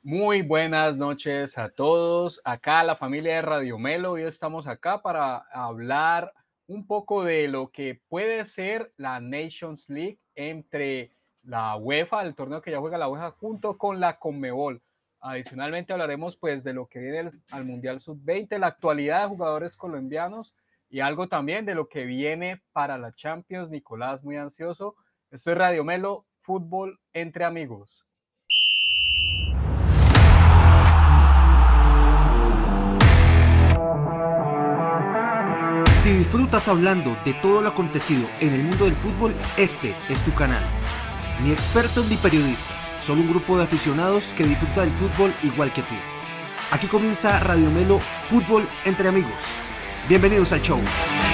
Muy buenas noches a todos. Acá la familia de Radio Melo. Hoy estamos acá para hablar un poco de lo que puede ser la Nations League entre la UEFA, el torneo que ya juega la UEFA, junto con la Conmebol. Adicionalmente hablaremos pues de lo que viene al Mundial Sub-20, la actualidad de jugadores colombianos y algo también de lo que viene para la Champions. Nicolás, muy ansioso. Esto es Radio Melo, fútbol entre amigos. Si disfrutas hablando de todo lo acontecido en el mundo del fútbol, este es tu canal. Ni expertos ni periodistas, solo un grupo de aficionados que disfruta del fútbol igual que tú. Aquí comienza Radio Melo, fútbol entre amigos. Bienvenidos al show.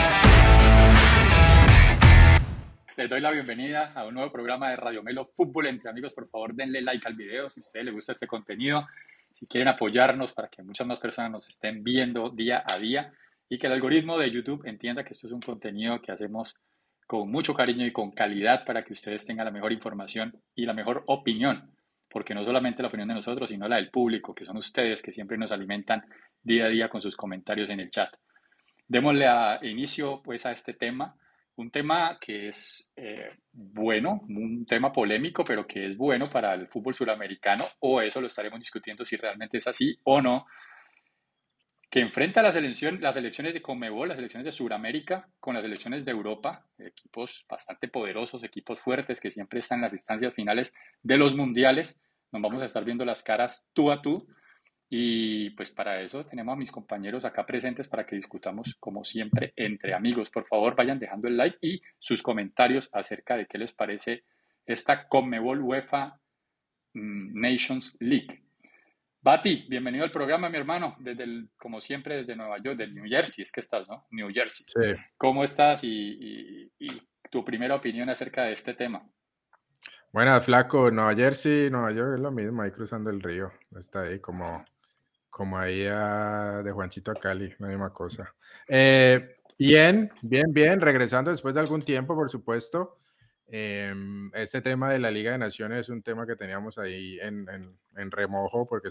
Les doy la bienvenida a un nuevo programa de Radio Melo Fútbol entre amigos. Por favor, denle like al video si a ustedes les gusta este contenido, si quieren apoyarnos para que muchas más personas nos estén viendo día a día y que el algoritmo de YouTube entienda que esto es un contenido que hacemos con mucho cariño y con calidad para que ustedes tengan la mejor información y la mejor opinión, porque no solamente la opinión de nosotros, sino la del público, que son ustedes que siempre nos alimentan día a día con sus comentarios en el chat. Démosle inicio pues a este tema. Un tema que es bueno, un tema polémico, pero que es bueno para el fútbol suramericano, o eso lo estaremos discutiendo si realmente es así o no, que enfrenta las elecciones de Conmebol, las elecciones de Suramérica, con las elecciones de Europa, equipos bastante poderosos, equipos fuertes que siempre están en las instancias finales de los mundiales. Nos vamos a estar viendo las caras tú a tú. Y pues para eso tenemos a mis compañeros acá presentes para que discutamos como siempre entre amigos. Por favor, vayan dejando el like y sus comentarios acerca de qué les parece esta Conmebol UEFA Nations League. Bati, bienvenido al programa, mi hermano, como siempre desde Nueva York, del New Jersey, es que estás, ¿no? New Jersey. Sí. ¿Cómo estás y tu primera opinión acerca de este tema? Buenas, flaco. Nueva Jersey, Nueva York es lo mismo, ahí cruzando el río. Está ahí como ahí de Juanchito a Cali, la misma cosa. Bien, regresando después de algún tiempo, por supuesto. Este tema de la Liga de Naciones es un tema que teníamos ahí en remojo, porque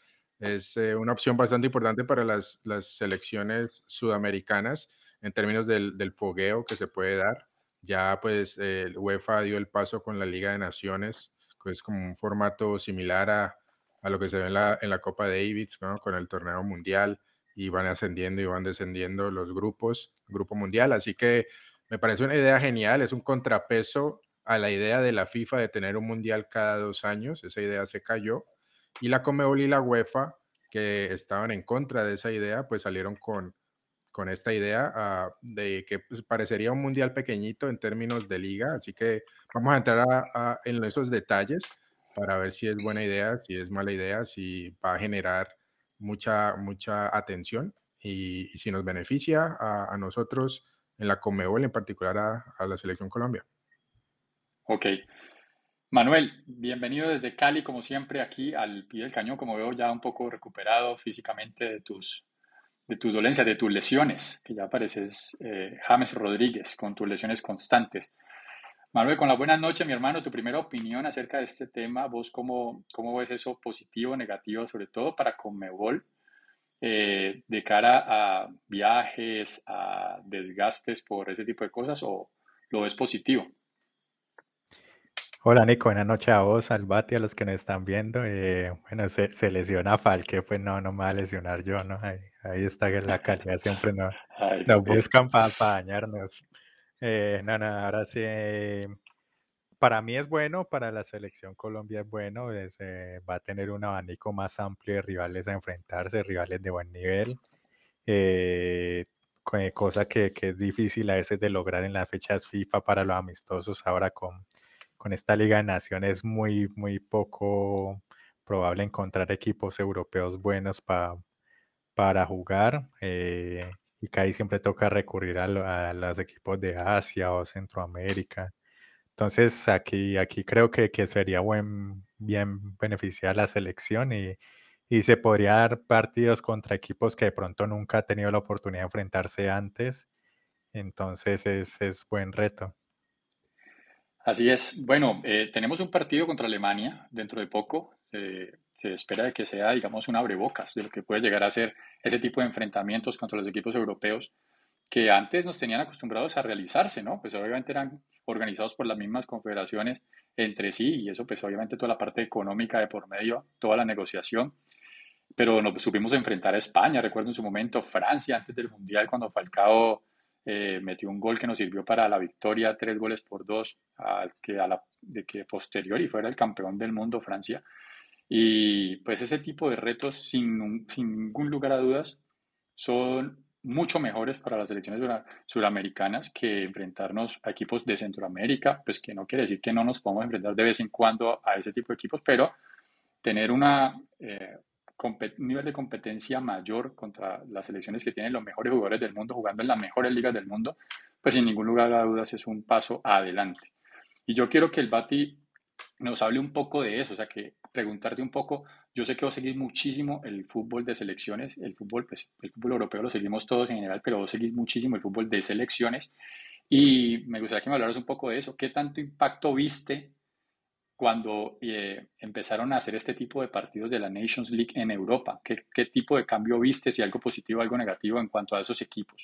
es una opción bastante importante para las selecciones sudamericanas en términos del fogueo que se puede dar. Ya pues el UEFA dio el paso con la Liga de Naciones, que es como un formato similar a lo que se ve en la Copa Davis, ¿no? Con el torneo mundial, y van ascendiendo y van descendiendo los grupos, grupo mundial. Así que me parece una idea genial, es un contrapeso a la idea de la FIFA de tener un mundial cada 2 años. Esa idea se cayó, y la Conmebol y la UEFA, que estaban en contra de esa idea, pues salieron con esta idea de que pues, parecería un mundial pequeñito en términos de liga. Así que vamos a entrar en esos detalles para ver si es buena idea, si es mala idea, si va a generar mucha atención y si nos beneficia a nosotros en la Conmebol, en particular a la Selección Colombia. Ok. Manuel, bienvenido desde Cali, como siempre, aquí al pie del cañón, como veo ya un poco recuperado físicamente de tus dolencias, de tus lesiones, que ya pareces James Rodríguez con tus lesiones constantes. Manuel, con la buena noche, mi hermano, tu primera opinión acerca de este tema, ¿vos cómo ves eso positivo, negativo, sobre todo para Conmebol, de cara a viajes, a desgastes por ese tipo de cosas, o lo ves positivo? Hola Nico, buenas noches a vos, al Bati, a los que nos están viendo. Bueno, se lesiona Falque, pues no me va a lesionar yo, ¿no? Ahí está la calidad, siempre nos buscan para dañarnos. No, ahora sí, para mí es bueno, para la selección Colombia es bueno, va a tener un abanico más amplio de rivales a enfrentarse, rivales de buen nivel, cosa que es difícil a veces de lograr en las fechas FIFA para los amistosos. Ahora con esta Liga de Naciones es muy poco probable encontrar equipos europeos buenos para jugar, y que ahí siempre toca recurrir a los equipos de Asia o Centroamérica. Entonces aquí creo que sería bien beneficiar a la selección, y se podría dar partidos contra equipos que de pronto nunca han tenido la oportunidad de enfrentarse antes. Entonces es buen reto. Así es. Bueno, tenemos un partido contra Alemania dentro de poco. se espera de que sea, digamos, un abrebocas de lo que puede llegar a ser ese tipo de enfrentamientos contra los equipos europeos que antes nos tenían acostumbrados a realizarse, ¿no? Pues obviamente eran organizados por las mismas confederaciones entre sí y eso pues obviamente toda la parte económica de por medio, toda la negociación, pero nos supimos enfrentar a España, recuerdo en su momento Francia antes del Mundial cuando Falcao metió un gol que nos sirvió para la victoria, 3-2 de que posterior y fuera el campeón del mundo Francia. Y pues ese tipo de retos, sin ningún lugar a dudas, son mucho mejores para las selecciones suramericanas que enfrentarnos a equipos de Centroamérica, pues que no quiere decir que no nos podamos enfrentar de vez en cuando a ese tipo de equipos, pero tener un nivel de competencia mayor contra las selecciones que tienen los mejores jugadores del mundo jugando en las mejores ligas del mundo, pues sin ningún lugar a dudas es un paso adelante. Y yo quiero que el Bati nos hable un poco de eso, o sea, que preguntarte un poco, yo sé que vos seguís muchísimo el fútbol de selecciones, el fútbol, pues el fútbol europeo lo seguimos todos en general, pero vos seguís muchísimo el fútbol de selecciones y me gustaría que me hablaras un poco de eso. ¿Qué tanto impacto viste cuando empezaron a hacer este tipo de partidos de la Nations League en Europa? ¿Qué tipo de cambio viste, si algo positivo o algo negativo en cuanto a esos equipos?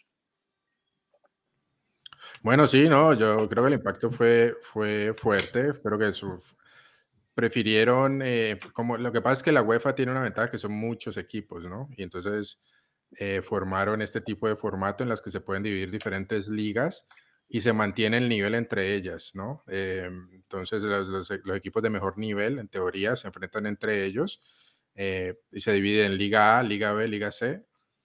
Bueno, sí, no, yo creo que el impacto fue fuerte. Espero que prefirieron, como lo que pasa es que la UEFA tiene una ventaja que son muchos equipos, ¿no? Y entonces formaron este tipo de formato en las que se pueden dividir diferentes ligas y se mantiene el nivel entre ellas, ¿no? Entonces los equipos de mejor nivel, en teoría, se enfrentan entre ellos y se dividen en Liga A, Liga B, Liga C.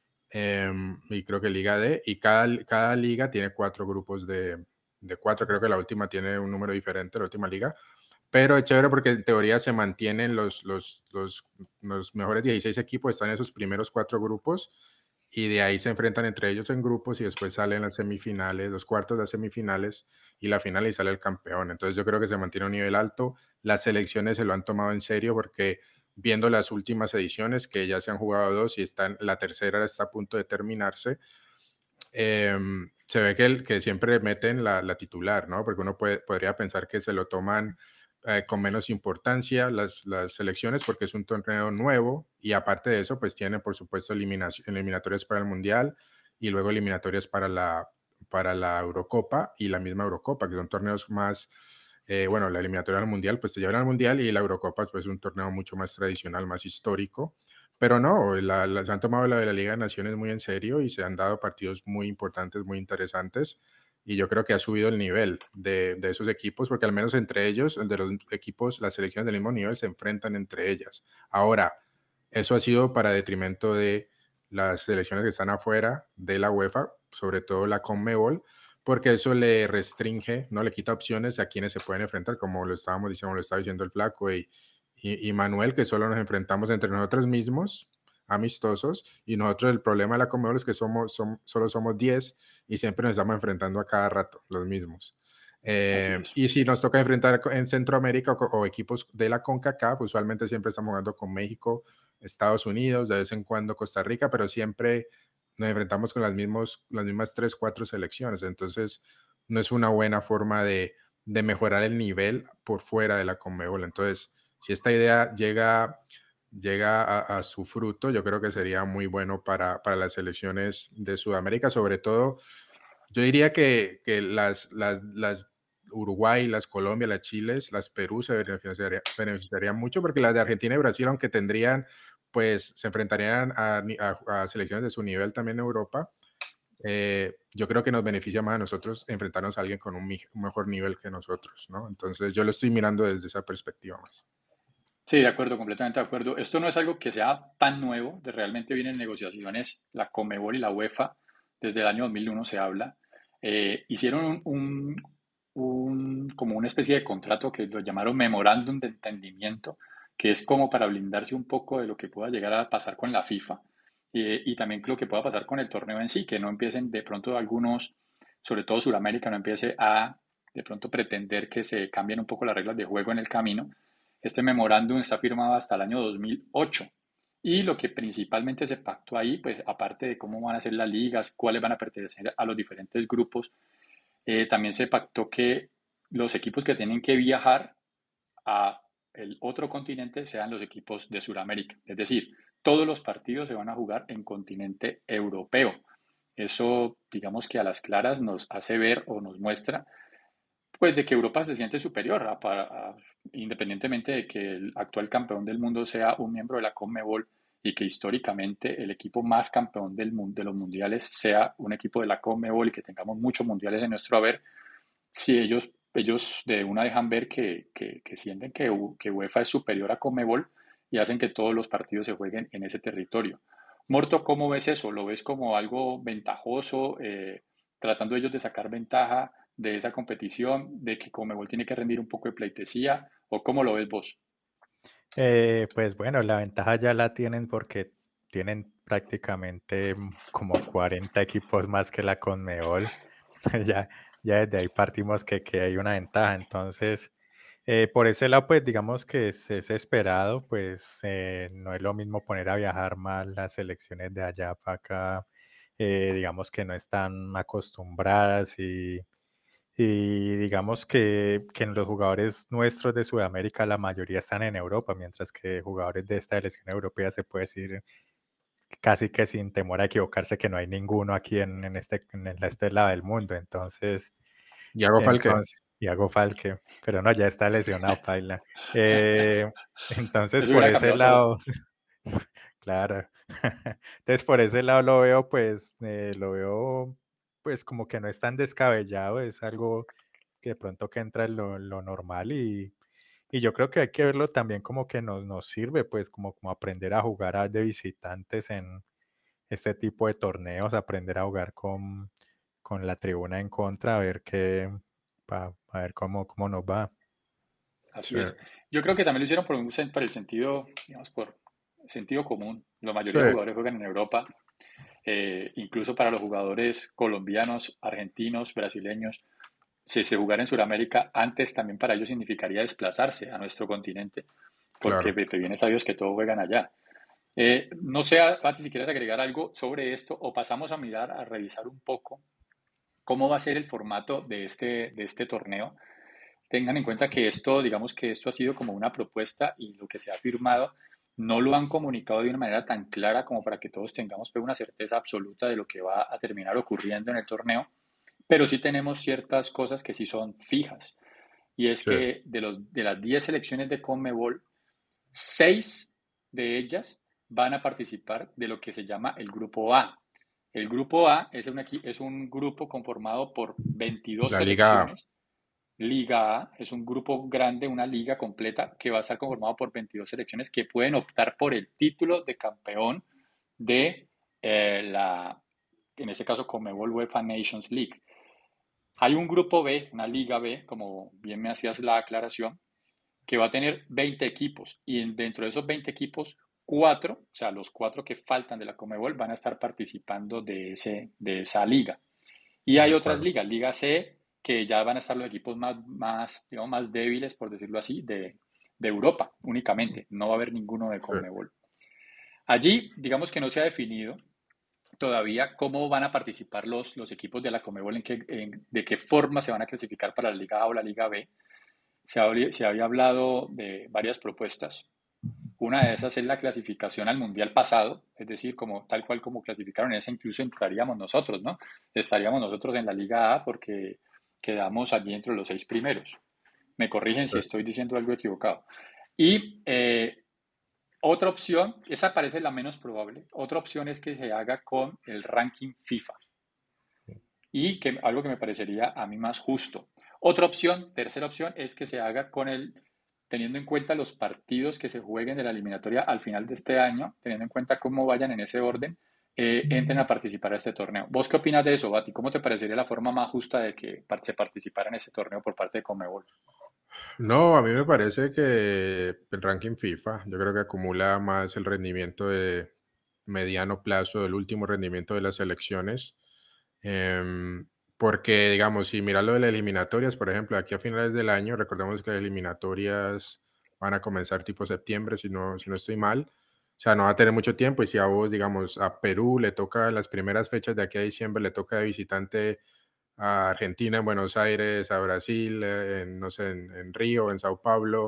Y creo que Liga D, y cada liga tiene 4 grupos de 4, creo que la última tiene un número diferente, la última liga, pero es chévere porque en teoría se mantienen los mejores 16 equipos, están en esos primeros 4 grupos, y de ahí se enfrentan entre ellos en grupos, y después salen las semifinales, los cuartos de las semifinales, y la final, y sale el campeón. Entonces yo creo que se mantiene a un nivel alto, las selecciones se lo han tomado en serio, porque viendo las últimas ediciones, que ya se han jugado 2 y la tercera está a punto de terminarse, se ve que siempre meten la titular, ¿no? Porque uno podría pensar que se lo toman con menos importancia las selecciones porque es un torneo nuevo, y aparte de eso, pues tienen por supuesto eliminatorias para el Mundial y luego eliminatorias para la Eurocopa y la misma Eurocopa, que son torneos más... bueno, la eliminatoria al Mundial, pues te llevan al Mundial, y la Eurocopa, pues es un torneo mucho más tradicional, más histórico. Pero no, se han tomado la de la Liga de Naciones muy en serio y se han dado partidos muy importantes, muy interesantes. Y yo creo que ha subido el nivel de esos equipos, porque al menos entre ellos, de los equipos, las selecciones del mismo nivel se enfrentan entre ellas. Ahora, eso ha sido para detrimento de las selecciones que están afuera de la UEFA, sobre todo la CONMEBOL, porque eso le restringe, no le quita opciones a quienes se pueden enfrentar, como lo estaba diciendo el Flaco y Manuel, que solo nos enfrentamos entre nosotros mismos, amistosos, y nosotros el problema de la CONMEBOL es que solo somos 10 y siempre nos estamos enfrentando a cada rato, los mismos. Y si nos toca enfrentar en Centroamérica o equipos de la CONCACAF, usualmente siempre estamos jugando con México, Estados Unidos, de vez en cuando Costa Rica, pero siempre nos enfrentamos con las mismas 3, 4 selecciones. Entonces no es una buena forma de mejorar el nivel por fuera de la CONMEBOL. Entonces, si esta idea llega a su fruto, yo creo que sería muy bueno para las selecciones de Sudamérica, sobre todo. Yo diría que las Uruguay, las Colombia, las Chiles, las Perú se beneficiarían mucho, porque las de Argentina y Brasil, aunque pues se enfrentarían a selecciones de su nivel también en Europa. Yo creo que nos beneficia más a nosotros enfrentarnos a alguien con un mejor nivel que nosotros, ¿no? Entonces yo lo estoy mirando desde esa perspectiva más. Sí, de acuerdo, completamente de acuerdo. Esto no es algo que sea tan nuevo, realmente vienen negociaciones, la CONMEBOL y la UEFA, desde el año 2001 se habla. Hicieron como una especie de contrato que lo llamaron memorándum de entendimiento, que es como para blindarse un poco de lo que pueda llegar a pasar con la FIFA y también lo que pueda pasar con el torneo en sí, que no empiecen de pronto algunos, sobre todo Sudamérica, no empiece a de pronto pretender que se cambien un poco las reglas de juego en el camino. Este memorándum está firmado hasta el año 2008 y lo que principalmente se pactó ahí, pues aparte de cómo van a ser las ligas, cuáles van a pertenecer a los diferentes grupos, también se pactó que los equipos que tienen que viajar a el otro continente sean los equipos de Sudamérica. Es decir, todos los partidos se van a jugar en continente europeo. Eso, digamos que a las claras nos hace ver o nos muestra pues de que Europa se siente superior, independientemente de que el actual campeón del mundo sea un miembro de la CONMEBOL y que históricamente el equipo más campeón de los mundiales sea un equipo de la CONMEBOL y que tengamos muchos mundiales en nuestro haber, si ellos de una dejan ver que sienten que UEFA es superior a CONMEBOL y hacen que todos los partidos se jueguen en ese territorio. Morto, ¿cómo ves eso? ¿Lo ves como algo ventajoso, tratando ellos de sacar ventaja de esa competición, de que CONMEBOL tiene que rendir un poco de pleitesía, o cómo lo ves vos? Pues bueno, la ventaja ya la tienen porque tienen prácticamente como 40 equipos más que la CONMEBOL. Ya, ya desde ahí partimos que hay una ventaja. Entonces, por ese lado, pues digamos que es esperado, pues no es lo mismo poner a viajar más las selecciones de allá para acá, digamos que no están acostumbradas y digamos que los jugadores nuestros de Sudamérica, la mayoría están en Europa, mientras que jugadores de esta selección europea se puede decir casi que sin temor a equivocarse que no hay ninguno aquí en este lado del mundo. Entonces, Yago Falque. Iago Falque, pero no, ya está lesionado, paila. Entonces, Eso por hubiera ese cambiado todo. lado, claro. Entonces, por ese lado lo veo, pues, pues, como que no es tan descabellado, es algo que de pronto que entra en lo normal y yo creo que hay que verlo también como que nos sirve, pues, como aprender a jugar de visitantes en este tipo de torneos, aprender a jugar con la tribuna en contra, a ver a ver cómo nos va. Así Sí, es. Yo creo que también lo hicieron por el sentido, digamos, por sentido común. La sí, mayoría de jugadores juegan en Europa. Incluso para los jugadores colombianos, argentinos, brasileños, si se jugara en Sudamérica, antes también para ellos significaría desplazarse a nuestro continente, porque claro. te viene sabidos que todos juegan allá. No sé, Pati, si quieres agregar algo sobre esto o pasamos a mirar, a revisar un poco cómo va a ser el formato de este torneo. Tengan en cuenta que esto, digamos que esto ha sido como una propuesta y lo que se ha firmado no lo han comunicado de una manera tan clara como para que todos tengamos pues, una certeza absoluta de lo que va a terminar ocurriendo en el torneo, pero sí tenemos ciertas cosas que sí son fijas. Y es Sí. que de las 10 selecciones de CONMEBOL, 6 de ellas van a participar de lo que se llama el Grupo A. El Grupo A es un grupo conformado por 22 La Liga A. selecciones. Liga A es un grupo grande, una liga completa que va a estar conformado por 22 selecciones que pueden optar por el título de campeón de en ese caso, CONMEBOL UEFA Nations League. Hay un grupo B, una Liga B, como bien me hacías la aclaración, que va a tener 20 equipos y dentro de esos 20 equipos, 4, o sea, los 4 que faltan de la CONMEBOL van a estar participando de esa liga. Y De hay otras acuerdo. ligas, Liga C, que ya van a estar los equipos digamos, más débiles, por decirlo así, de Europa únicamente. No va a haber ninguno de Sí. CONMEBOL. Allí, digamos que no se ha definido todavía cómo van a participar los equipos de la CONMEBOL, de qué forma se van a clasificar para la Liga A o la Liga B. Se había hablado de varias propuestas. Una de esas es la clasificación al Mundial pasado, es decir, tal cual como clasificaron en esa, incluso entraríamos nosotros, ¿no? Estaríamos nosotros en la Liga A porque quedamos allí entre los 6 primeros. Me corrigen si Sí. estoy diciendo algo equivocado. Y otra opción, esa parece la menos probable, otra opción es que se haga con el ranking FIFA y algo que me parecería a mí más justo. Otra opción, tercera opción, es que se haga teniendo en cuenta los partidos que se jueguen de la eliminatoria al final de este año, teniendo en cuenta cómo vayan en ese orden, entren a participar a este torneo. ¿Vos qué opinas de eso, Bati? ¿Cómo te parecería la forma más justa de que se participara en ese torneo por parte de CONMEBOL? No, a mí me parece que el ranking FIFA, yo creo que acumula más el rendimiento de mediano plazo, el último rendimiento de las selecciones. Porque, digamos, si miras lo de las eliminatorias, por ejemplo, aquí a finales del año, recordemos que las eliminatorias van a comenzar tipo septiembre, si no estoy mal. O sea, no va a tener mucho tiempo. Y si a vos, digamos, a Perú le toca las primeras fechas de aquí a diciembre, le toca de visitante a Argentina en Buenos Aires, a Brasil, no sé, en Río, en Sao Paulo,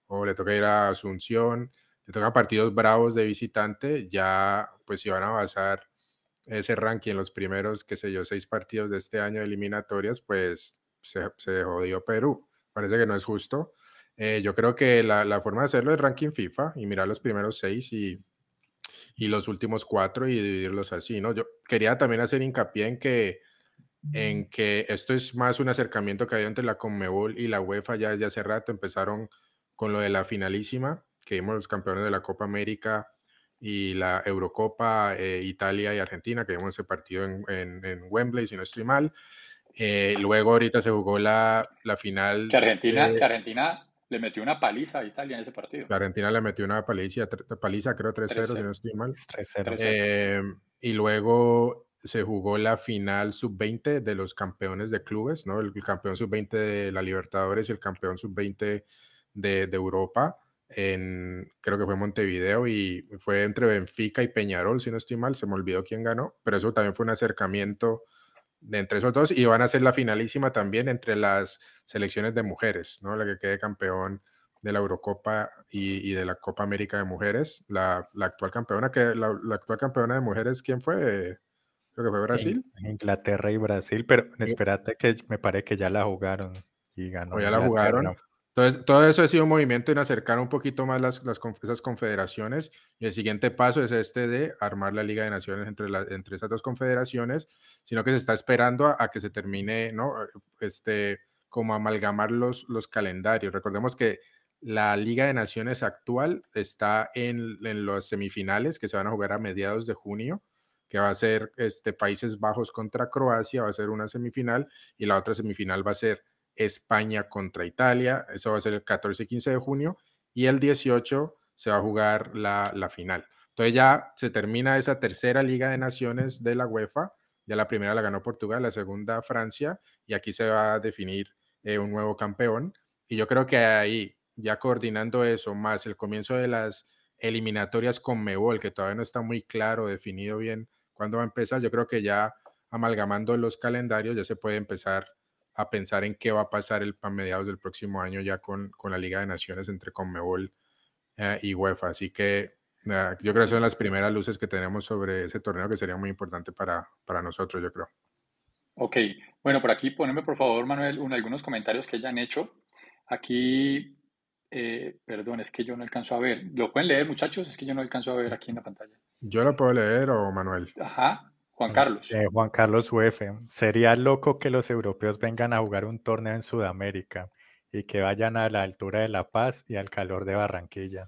o le toca ir a Asunción, le tocan partidos bravos de visitante, ya pues si van a basar ese ranking en los primeros, qué sé yo, 6 partidos de este año de eliminatorias, pues se jodió Perú. Parece que no es justo. Yo creo que la forma de hacerlo es ranking FIFA y mirar los primeros 6 y los últimos 4 y dividirlos así, ¿no? Yo quería también hacer hincapié en que esto es más un acercamiento que hay entre la Conmebol y la UEFA ya desde hace rato. Empezaron con lo de la finalísima, que vimos los campeones de la Copa América y la Eurocopa, Italia y Argentina, que vimos ese partido en Wembley, si no estoy mal. Luego ahorita se jugó la final. Que Argentina le metió una paliza a Italia en ese partido. La Argentina le metió una paliza creo 3-0, si no estoy mal. 3-0. Y luego se jugó la final sub-20 de los campeones de clubes, ¿no? El campeón sub-20 de la Libertadores y el campeón sub-20 de Europa, creo que fue Montevideo, y fue entre Benfica y Peñarol, si no estoy mal, se me olvidó quién ganó, pero eso también fue un acercamiento de entre esos dos, y van a ser la finalísima también entre las selecciones de mujeres, ¿no? La que quede campeón de la Eurocopa y de la Copa América de Mujeres, la actual campeona, la actual campeona de mujeres, ¿quién fue? Creo que fue Brasil. Inglaterra y Brasil, pero espérate que me parece que ya la jugaron y ganó. O ya la jugaron. Entonces, todo eso ha sido un movimiento en acercar un poquito más esas confederaciones, y el siguiente paso es este de armar la Liga de Naciones entre esas dos confederaciones, sino que se está esperando a que se termine, ¿no? Como amalgamar los calendarios. Recordemos que la Liga de Naciones actual está en las semifinales que se van a jugar a mediados de junio, que va a ser Países Bajos contra Croacia, va a ser una semifinal, y la otra semifinal va a ser España contra Italia, eso va a ser el 14 y 15 de junio, y el 18 se va a jugar la final. Entonces ya se termina esa tercera Liga de Naciones de la UEFA, ya la primera la ganó Portugal, la segunda Francia, y aquí se va a definir un nuevo campeón, y yo creo que ahí, ya coordinando eso, más el comienzo de las eliminatorias Conmebol, que todavía no está muy claro, definido bien cuándo va a empezar, yo creo que ya amalgamando los calendarios ya se puede empezar a pensar en qué va a pasar a mediados del próximo año ya con la Liga de Naciones entre Conmebol y UEFA. Así que yo creo que son las primeras luces que tenemos sobre ese torneo, que sería muy importante para nosotros, yo creo. Ok, bueno, por aquí poneme por favor, Manuel, algunos comentarios que hayan hecho. Aquí, perdón, es que yo no alcanzo a ver. ¿Lo pueden leer, muchachos? Es que yo no alcanzo a ver aquí en la pantalla. ¿Yo lo puedo leer o Manuel? Ajá, Juan Carlos. Juan Carlos UF. Sería loco que los europeos vengan a jugar un torneo en Sudamérica y que vayan a la altura de La Paz y al calor de Barranquilla.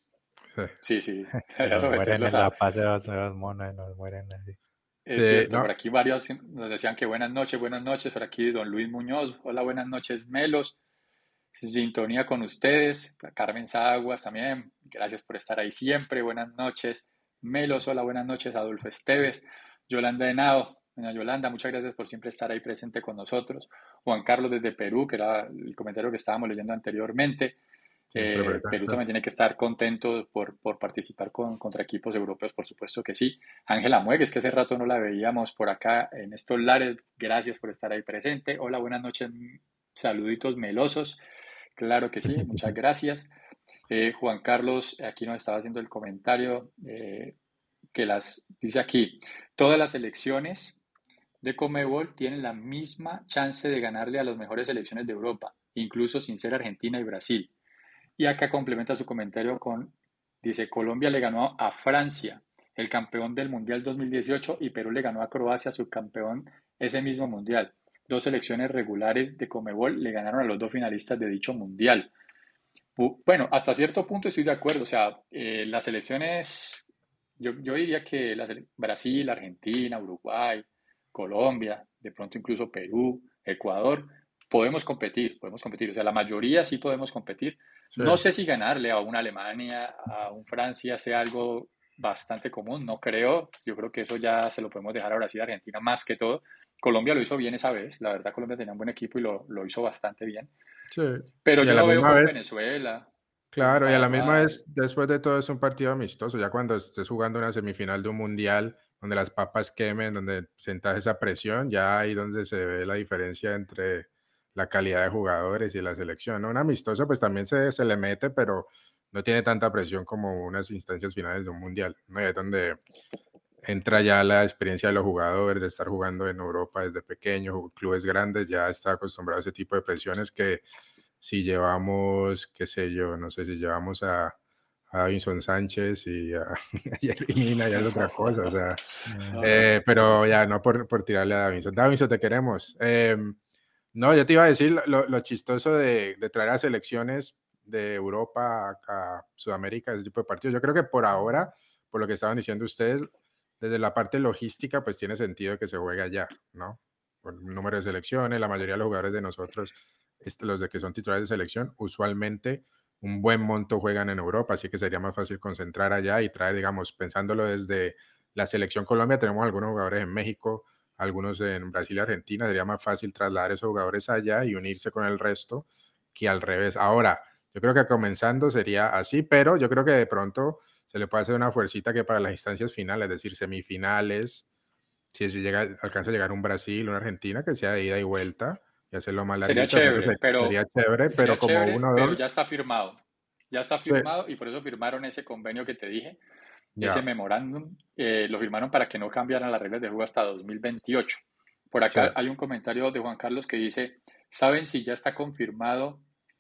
Sí, sí. Se nos mueren en La Paz esos monos, nos mueren así. Es cierto, por aquí varios nos decían que buenas noches, por aquí don Luis Muñoz, hola, buenas noches, Melos, sintonía con ustedes, Carmen Zaguas también, gracias por estar ahí siempre, buenas noches, Melos, hola, buenas noches, Adolfo Esteves, Yolanda Henao, doña Yolanda, muchas gracias por siempre estar ahí presente con nosotros, Juan Carlos desde Perú, que era el comentario que estábamos leyendo anteriormente. Perú también tiene que estar contento por participar contra equipos europeos, por supuesto que sí. Ángela Muegues, que hace rato no la veíamos por acá en estos lares, gracias por estar ahí presente. Hola, buenas noches, saluditos melosos. Claro que sí, muchas gracias. Juan Carlos aquí nos estaba haciendo el comentario dice aquí, todas las selecciones de Conmebol tienen la misma chance de ganarle a las mejores selecciones de Europa, incluso sin ser Argentina y Brasil. Y acá complementa su comentario dice, Colombia le ganó a Francia, el campeón del Mundial 2018, y Perú le ganó a Croacia, subcampeón ese mismo Mundial. Dos selecciones regulares de Conmebol le ganaron a los dos finalistas de dicho Mundial. Bueno, hasta cierto punto estoy de acuerdo. O sea, las selecciones, yo diría que Brasil, Argentina, Uruguay, Colombia, de pronto incluso Perú, Ecuador, podemos competir. O sea, la mayoría sí podemos competir. Sí. No sé si ganarle a una Alemania, a un Francia sea algo bastante común, no creo. Yo creo que eso ya se lo podemos dejar a Brasil y Argentina más que todo. Colombia lo hizo bien esa vez. La verdad, Colombia tenía un buen equipo y lo hizo bastante bien. Sí. Pero yo lo veo con Venezuela. Claro, y a la misma vez, después de todo es un partido amistoso. Ya cuando estés jugando una semifinal de un mundial, donde las papas quemen, donde sentas esa presión, ya ahí donde se ve la diferencia entre la calidad de jugadores y la selección, ¿no? Un amistoso pues también se le mete, pero no tiene tanta presión como unas instancias finales de un mundial, ¿no? Y es donde entra ya la experiencia de los jugadores, de estar jugando en Europa desde pequeños, clubes grandes, ya está acostumbrado a ese tipo de presiones que si llevamos, qué sé yo, no sé, si llevamos a Davinson Sánchez y a Jerry Mina, ya es otra cosa, o sea, pero ya no por tirarle a Davinson. Davinson, te queremos. No, yo te iba a decir lo chistoso de traer a selecciones de Europa a Sudamérica, ese tipo de partidos. Yo creo que por ahora, por lo que estaban diciendo ustedes, desde la parte logística, pues tiene sentido que se juegue allá, ¿no? Por el número de selecciones, la mayoría de los jugadores de nosotros, los de que son titulares de selección, usualmente un buen monto juegan en Europa, así que sería más fácil concentrar allá y traer, digamos, pensándolo desde la selección Colombia, tenemos algunos jugadores en México, algunos en Brasil y Argentina, sería más fácil trasladar esos jugadores allá y unirse con el resto que al revés. Ahora, yo creo que comenzando sería así, pero yo creo que de pronto se le puede hacer una fuercita que para las instancias finales, es decir, semifinales, si alcanza a llegar un Brasil, una Argentina, que sea de ida y vuelta y hacerlo más Sería larguito. chévere, Sería chévere, pero como uno o pero dos. ya está firmado. Ya está Sí, firmado y por eso firmaron ese convenio que te dije, ese ya, memorándum, lo firmaron para que no cambiaran las reglas de juego hasta 2028. Por sí. acá hay un comentario de Juan Carlos que dice, ¿saben si ya está confirmado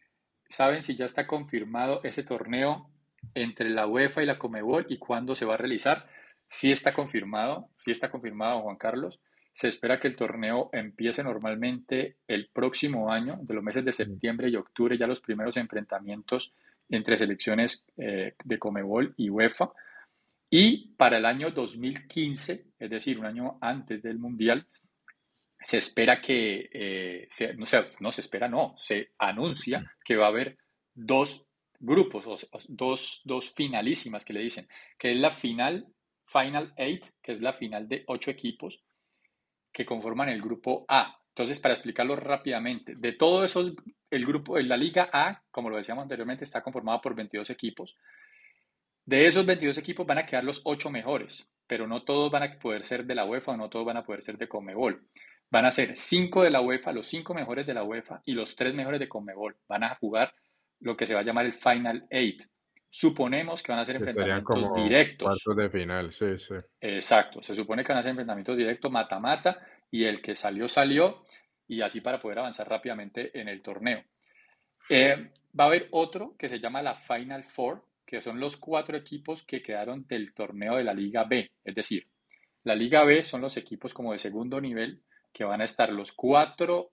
ese torneo entre la UEFA y la Conmebol y cuándo se va a realizar? Sí está confirmado, Juan Carlos. Se espera que el torneo empiece normalmente el próximo año, de los meses de septiembre y octubre, ya los primeros enfrentamientos entre selecciones de Conmebol y UEFA. Y para el año 2015, es decir, un año antes del Mundial, se espera que, se anuncia que va a haber dos grupos, dos finalísimas que le dicen, que es la Final 8, que es la final de 8 equipos que conforman el grupo A. Entonces, para explicarlo rápidamente, de todos esos, el grupo, la Liga A, como lo decíamos anteriormente, está conformada por 22 equipos. De esos 22 equipos van a quedar los 8 mejores, pero no todos van a poder ser de la UEFA o no todos van a poder ser de Conmebol. Van a ser 5 de la UEFA, los 5 mejores de la UEFA y los 3 mejores de Conmebol. Van a jugar lo que se va a llamar el Final 8. Suponemos que van a ser Que serían enfrentamientos como directos. cuartos de final, sí, sí. Exacto, se supone que van a ser enfrentamientos directos, mata-mata, y el que salió, salió, y así para poder avanzar rápidamente en el torneo. Va a haber otro que se llama la Final Four, que son los 4 equipos que quedaron del torneo de la Liga B. Es decir, la Liga B son los equipos como de segundo nivel, que van a estar los cuatro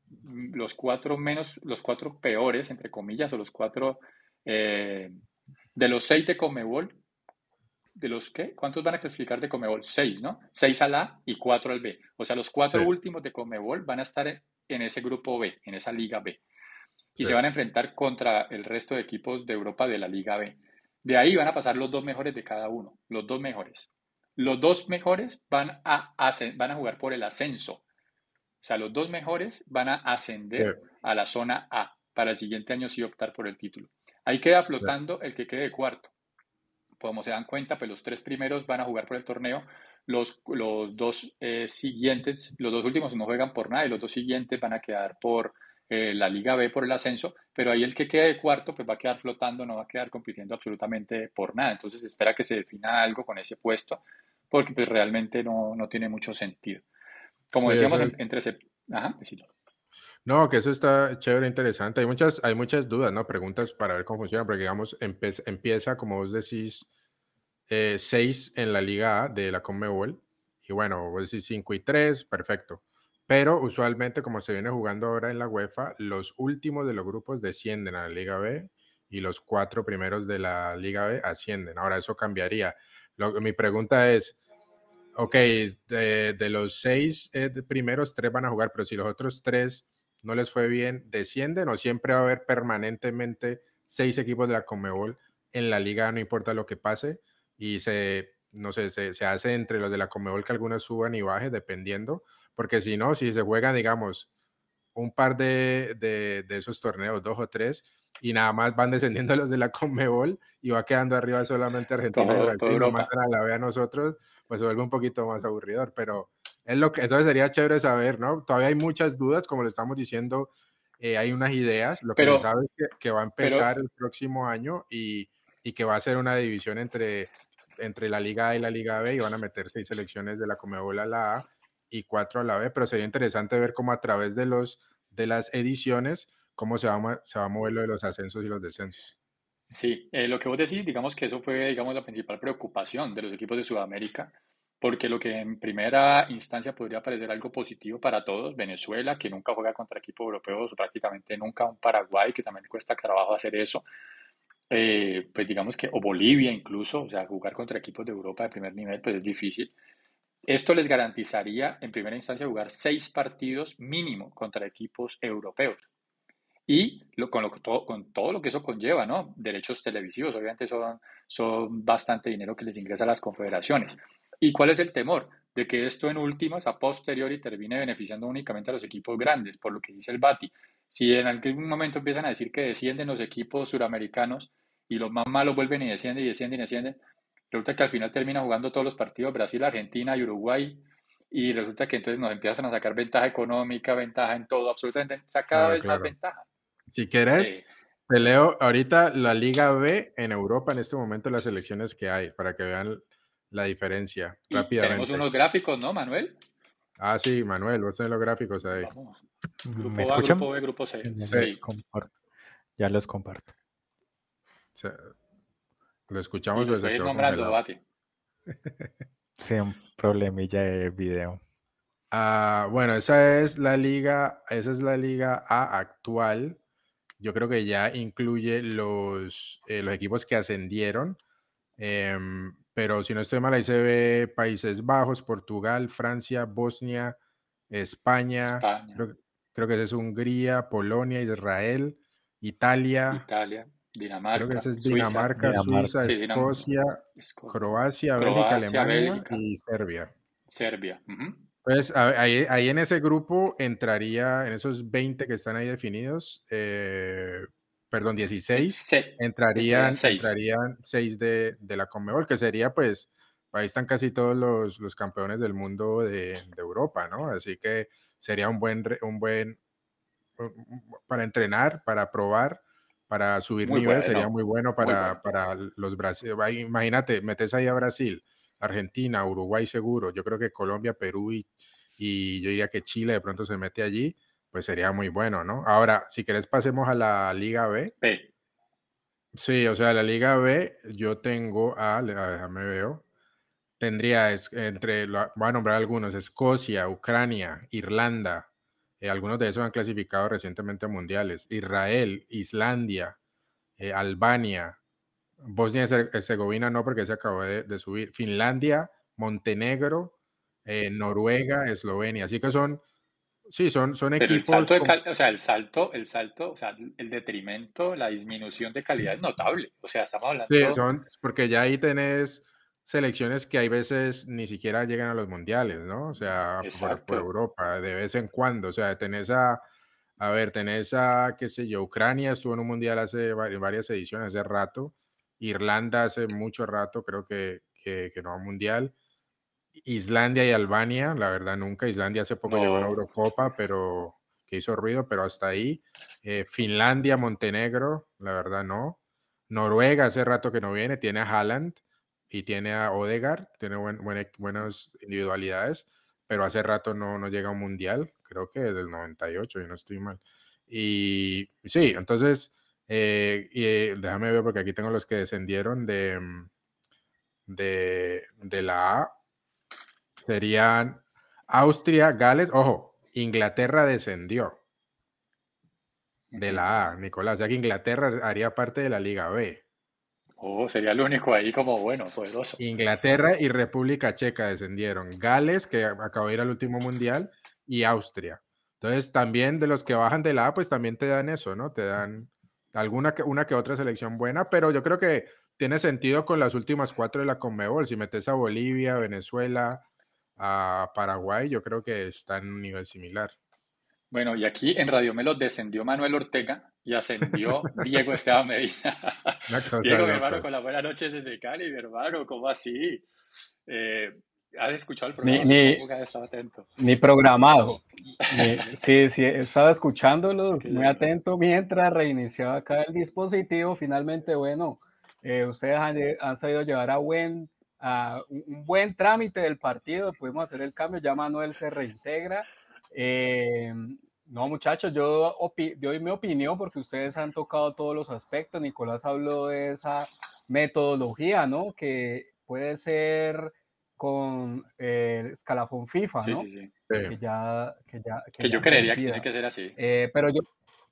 peores, entre comillas, o los 4 de los 6 de Conmebol. ¿De los qué? ¿Cuántos van a clasificar de Conmebol? 6, ¿no? 6 al A y 4 al B. O sea, los 4 Sí, últimos de Conmebol van a estar en ese grupo B, en esa Liga B. Y sí. se van a enfrentar contra el resto de equipos de Europa de la Liga B. De ahí van a pasar los 2 mejores de cada uno, los 2 mejores. Los 2 mejores van a jugar por el ascenso. O sea, los 2 mejores van a ascender a la zona A para el siguiente año sí optar por el título. Ahí queda flotando el que quede de cuarto. Como se dan cuenta, pues los 3 primeros van a jugar por el torneo, los 2 siguientes, los 2 últimos no juegan por nada y los 2 siguientes van a quedar por la Liga B por el ascenso, pero ahí el que quede de cuarto pues va a quedar flotando, no va a quedar compitiendo absolutamente por nada. Entonces se espera que se defina algo con ese puesto, porque pues realmente no tiene mucho sentido. Como Sí, decíamos, eso es. Ajá, decilo. No, que eso está chévere, interesante. Hay muchas dudas, ¿no? Preguntas para ver cómo funciona, porque digamos, empieza, como vos decís, 6 en la Liga A de la Conmebol, y bueno, vos decís 5 y 3, perfecto. Pero usualmente, como se viene jugando ahora en la UEFA, los últimos de los grupos descienden a la Liga B y los 4 primeros de la Liga B ascienden. Ahora, eso cambiaría. Mi pregunta es, ok, de los 6 primeros, 3 van a jugar, pero si los otros 3 no les fue bien, ¿descienden o siempre va a haber permanentemente 6 equipos de la Conmebol en la liga, no importa lo que pase? Y se hace entre los de la Conmebol que algunos suban y bajen, dependiendo, porque si no, si se juegan, digamos, un par de esos torneos, 2 o 3, y nada más van descendiendo los de la Conmebol y va quedando arriba solamente Argentina y Todo Brasil, nos Europa. mandan a la B a nosotros, pues se vuelve un poquito más aburridor, pero es lo que, entonces sería chévere saber, ¿no? Todavía hay muchas dudas, como le estamos diciendo, hay unas ideas, lo que se Pero, sabe es que va a pero empezar el próximo año y que va a ser una división entre la Liga A y la Liga B y van a meter 6 selecciones de la Conmebol a la A y 4 a la B, pero sería interesante ver cómo a través de las ediciones, cómo se va a mover lo de los ascensos y los descensos. sí, lo que vos decís, digamos que eso fue, digamos, la principal preocupación de los equipos de Sudamérica, porque lo que en primera instancia podría parecer algo positivo para todos, Venezuela, que nunca juega contra equipos europeos, o prácticamente nunca, un Paraguay, que también cuesta trabajo hacer eso, pues digamos que, o Bolivia incluso, o sea, jugar contra equipos de Europa de primer nivel, pues es difícil. Esto les garantizaría en primera instancia jugar 6 partidos mínimo contra equipos europeos. Y con todo lo que eso conlleva, ¿no? Derechos televisivos, obviamente son bastante dinero que les ingresa a las confederaciones. ¿Y cuál es el temor? De que esto en últimas, a posteriori, termine beneficiando únicamente a los equipos grandes, por lo que dice el Bati. Si en algún momento empiezan a decir que descienden los equipos suramericanos y los más malos vuelven y descienden y descienden y descienden, resulta que al final termina jugando todos los partidos Brasil, Argentina y Uruguay, y resulta que entonces nos empiezan a sacar ventaja económica, ventaja en todo, absolutamente, o sea, cada Claro, vez más claro. ventaja. Si quieres, Sí, te leo ahorita la Liga B en Europa en este momento, las selecciones que hay, para que vean la diferencia y tenemos rápidamente. unos gráficos, ¿no, Manuel? Ah, sí, Manuel, vos tenés los gráficos ahí. Vamos. ¿Me Grupo A, escuchan? Grupo B, Grupo C. Ya Sí, los Sí. comparto. Ya los comparto. Lo Y escuchamos, los pero se fue quedó nombrando, congelado. Bati. Sí, un problemilla de video. Bueno, esa es la Liga A actual. Yo creo que ya incluye los equipos que ascendieron. Pero si no estoy mal, ahí se ve Países Bajos, Portugal, Francia, Bosnia, España, España, creo que ese es Hungría, Polonia, Israel, Italia, Italia, creo que ese Dinamarca, es Suiza. Dinamarca, Suiza, Dinamarca. Sí, Escocia, Croacia, Bélgica, Croacia, Alemania Bélgica, y Serbia. Serbia. Ujú. Pues ahí en ese grupo entraría, en esos 20 que están ahí definidos, perdón, 16, Entrarían entrarían, 6. entrarían 6 de la Conmebol, que sería pues, ahí están casi todos los campeones del mundo de Europa, ¿no? Así que sería para entrenar, para probar, para subir Muy nivel, sería bueno, muy bueno muy bueno. para los brasileños. Imagínate, metes ahí a Brasil, Argentina, Uruguay seguro, yo creo que Colombia, Perú y yo diría que Chile de pronto se mete allí, pues sería muy bueno, ¿no? Ahora, si querés pasemos a la Liga B. B. Sí, o sea, la Liga B, yo tengo déjame veo, tendría voy a nombrar algunos: Escocia, Ucrania, Irlanda, algunos de esos han clasificado recientemente a mundiales: Israel, Islandia, Albania, Bosnia y Herzegovina no, porque se acabó de subir, Finlandia, Montenegro, Noruega, Eslovenia. Así que son Pero el equipos salto de o sea, o sea, el detrimento, la disminución de calidad es notable. O sea, estamos Sí, hablando, son porque ya ahí tenés selecciones que hay veces ni siquiera llegan a los mundiales, ¿no? O sea, por exacto, Europa, de vez en cuando. O sea, tenés qué sé yo, Ucrania estuvo en un mundial hace varias ediciones, hace rato. Irlanda hace mucho rato, creo que no va a un mundial. Islandia y Albania, la verdad nunca. Islandia hace poco llegó a una no, Eurocopa, pero que hizo ruido, pero hasta ahí. Finlandia, Montenegro, la verdad no. Noruega hace rato que no viene, tiene a Haaland y tiene a Odegaard, tiene buenas individualidades, pero hace rato no llega a un mundial, creo que desde el 98, y no estoy mal. Y sí, entonces, déjame ver porque aquí tengo los que descendieron de la A. Serían Austria, Gales, ojo, Inglaterra descendió de ujú. la A, Nicolás, o sea que Inglaterra haría parte de la Liga B. Oh, sería el único ahí como bueno, poderoso. Inglaterra y República Checa descendieron, Gales, que acabó de ir al último mundial, y Austria. Entonces, también de los que bajan de la A, pues también te dan eso, ¿no? Te dan una que otra selección buena, pero yo creo que tiene sentido con las últimas 4 de la Conmebol. Si metes a Bolivia, Venezuela, a Paraguay, yo creo que está en un nivel similar. Bueno, y aquí en Radio Melo descendió Manuel Ortega y ascendió Diego Esteban Medina. Una cosa Diego, de mi hermano, locos. con las buenas noches desde Cali, mi hermano, ¿cómo así? ¿Has escuchado el Ni, programa? ni, Supongo que has estado atento. ni programado. Sí, sí, estaba escuchándolo Qué muy bien. atento mientras reiniciaba acá el dispositivo. Finalmente, bueno, ustedes han sabido llevar a un buen trámite del partido. Pudimos hacer el cambio. Ya Manuel se reintegra. Eh, no, muchachos, yo doy mi opinión porque ustedes han tocado todos los aspectos. Nicolás habló de esa metodología, ¿no? Que puede ser con el escalafón FIFA, Sí, ¿no? sí, sí. Sí. Que Que yo ya creería que tiene coincida. que ser así. Pero yo,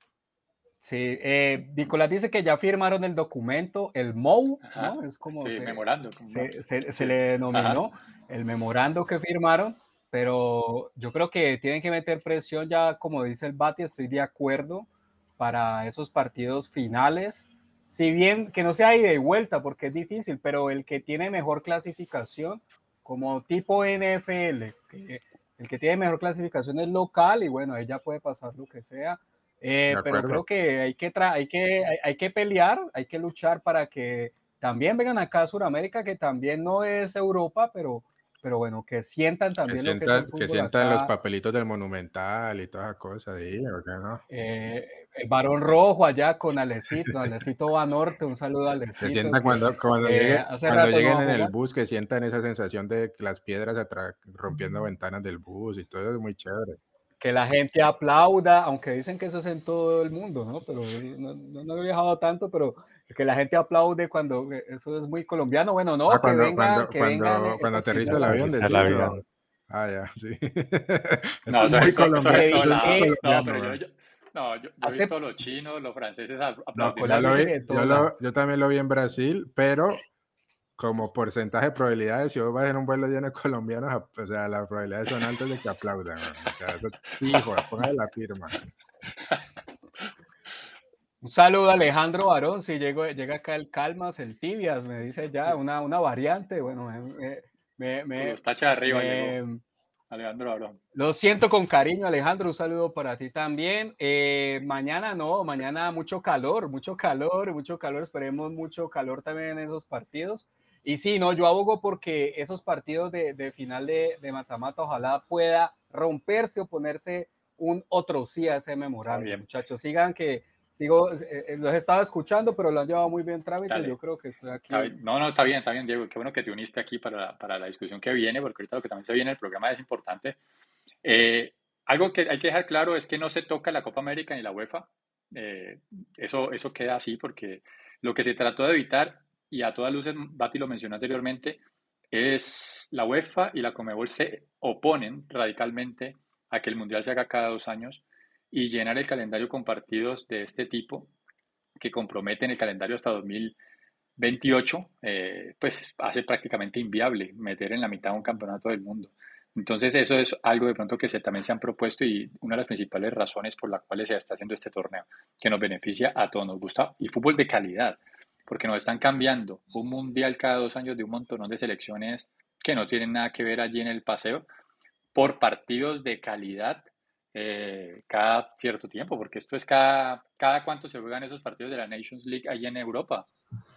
sí, Nicolás dice que ya firmaron el documento, el MOU, Ajá. ¿no? Es como Sí, memorando. se Sí. le Ajá. denominó, el memorando que firmaron, pero yo creo que tienen que meter presión ya, como dice el Bati, estoy de acuerdo para esos partidos finales. Si bien que no sea ida y vuelta, porque es difícil, pero el que tiene mejor clasificación, como tipo NFL, el que tiene mejor clasificación es local y bueno, ahí ya puede pasar lo que sea. De Pero acuerdo. creo que hay que pelear, hay que luchar para que también vengan acá a Sudamérica, que también no es Europa, pero bueno, que sientan también lo que es el Que fútbol sientan los acá. papelitos del Monumental y todas esas cosas ahí, ¿o qué no? El Barón Rojo allá con Alecito, Alecito Banorte, un saludo a Que Alecito, sientan que cuando hace rato no lleguen va a en el jugar. bus, que sientan esa sensación de las piedras rompiendo ventanas del bus y todo eso es muy chévere. Que la gente aplauda, aunque dicen que eso es en todo el mundo, ¿no? Pero no he viajado tanto, pero que la gente aplaude cuando eso es muy colombiano. Bueno, no, que vengan Cuando esas aterriza el figuras, avión, Aterriza el decís, avión. Ah, ya, sí. No, Esto es muy eso es que, de colombiano, todo eso es muy lado. que No, colombiano, pero man. yo he hace, visto los chinos, los franceses No, aplaudiendo Nicolás dice que bien. de todo lado. yo también lo vi en Brasil, pero como porcentaje de probabilidades, si vos vas en un vuelo lleno de colombianos, o sea, las probabilidades son altas de que aplaudan, man. O sea, eso fijo, póngale la firma. Un saludo a Alejandro Barón, si llega acá el Calmas, el Tibias, me dice ya, Sí. una variante, bueno, Con me, los tachas arriba llegó me, Alejandro Abrón. lo siento con cariño, Alejandro, un saludo para ti también. Mañana no, mañana mucho calor, esperemos mucho calor también en esos partidos. Y sí, no, yo abogo porque esos partidos de final de mata-mata ojalá pueda romperse o ponerse un otro sí a ese Está memorando. bien. Muchachos, sigan que los estaba escuchando, pero lo han llevado muy bien trámite. Yo Dale. creo que estoy Está aquí. bien. No, está bien, Diego. Qué bueno que te uniste aquí para la discusión que viene, porque ahorita lo que también se viene en el programa es importante. Algo que hay que dejar claro es que no se toca la Copa América ni la UEFA. Eso queda así porque lo que se trató de evitar, y a todas luces, Bati lo mencionó anteriormente, es la UEFA y la Conmebol se oponen radicalmente a que el Mundial se haga cada 2 años y llenar el calendario con partidos de este tipo que comprometen el calendario hasta 2028, pues hace prácticamente inviable meter en la mitad un campeonato del mundo. Entonces eso es algo de pronto que también se han propuesto y una de las principales razones por las cuales se está haciendo este torneo, que nos beneficia a todos, nos gusta, y fútbol de calidad, porque nos están cambiando un mundial cada 2 años de un montón de selecciones que no tienen nada que ver allí en el paseo, por partidos de calidad cada cierto tiempo, porque esto es cada cuánto se juegan esos partidos de la Nations League allí en Europa.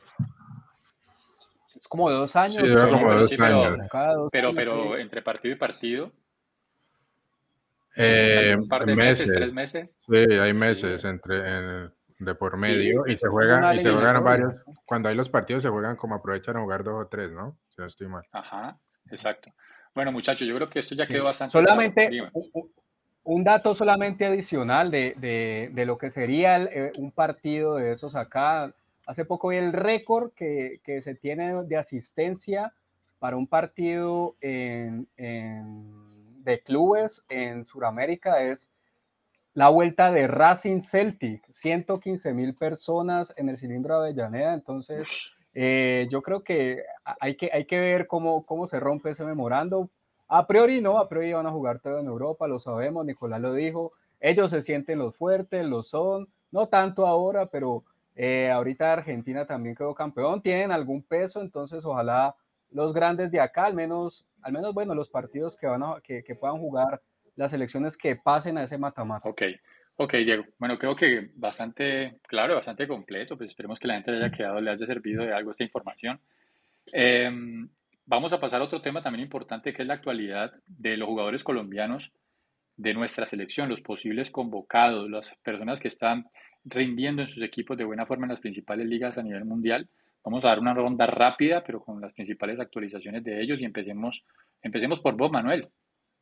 Es como 2 Sí, años, dura Bueno, como creo. pero 2 sí, años. Cada 2 años, pero sí. entre partido y partido es un par de meses, Meses, 3 meses. sí, hay Sí, meses de por y medio pues Es como una y se juegan eliminatoria. varios, cuando hay los partidos se juegan como aprovechan a jugar 2 o 3, ¿no? Si no estoy mal. ajá, exacto. Bueno, muchachos, yo creo que esto ya quedó Sí. bastante claro. Solamente Dime. un dato solamente adicional de lo que sería un partido de esos acá. Hace poco vi el récord que se tiene de asistencia para un partido de clubes en Sudamérica es la vuelta de Racing Celtic, 115,000 personas en el Cilindro de Avellaneda. Entonces, Ush, yo creo que hay que ver cómo se rompe ese memorando. A priori no, a priori van a jugar todo en Europa, lo sabemos, Nicolás lo dijo. Ellos se sienten los fuertes, lo son, no tanto ahora, pero ahorita Argentina también quedó campeón, tienen algún peso, entonces ojalá los grandes de acá, al menos bueno, los partidos que puedan jugar las elecciones que pasen a ese mata-mata. ok, ok, Diego. Bueno, creo que bastante claro, bastante completo. Pues esperemos que la gente le haya servido de algo esta información. Eh, vamos a pasar a otro tema también importante, que es la actualidad de los jugadores colombianos de nuestra selección, los posibles convocados, las personas que están rindiendo en sus equipos de buena forma en las principales ligas a nivel mundial. Vamos a dar una ronda rápida, pero con las principales actualizaciones de ellos, y empecemos por vos, Manuel.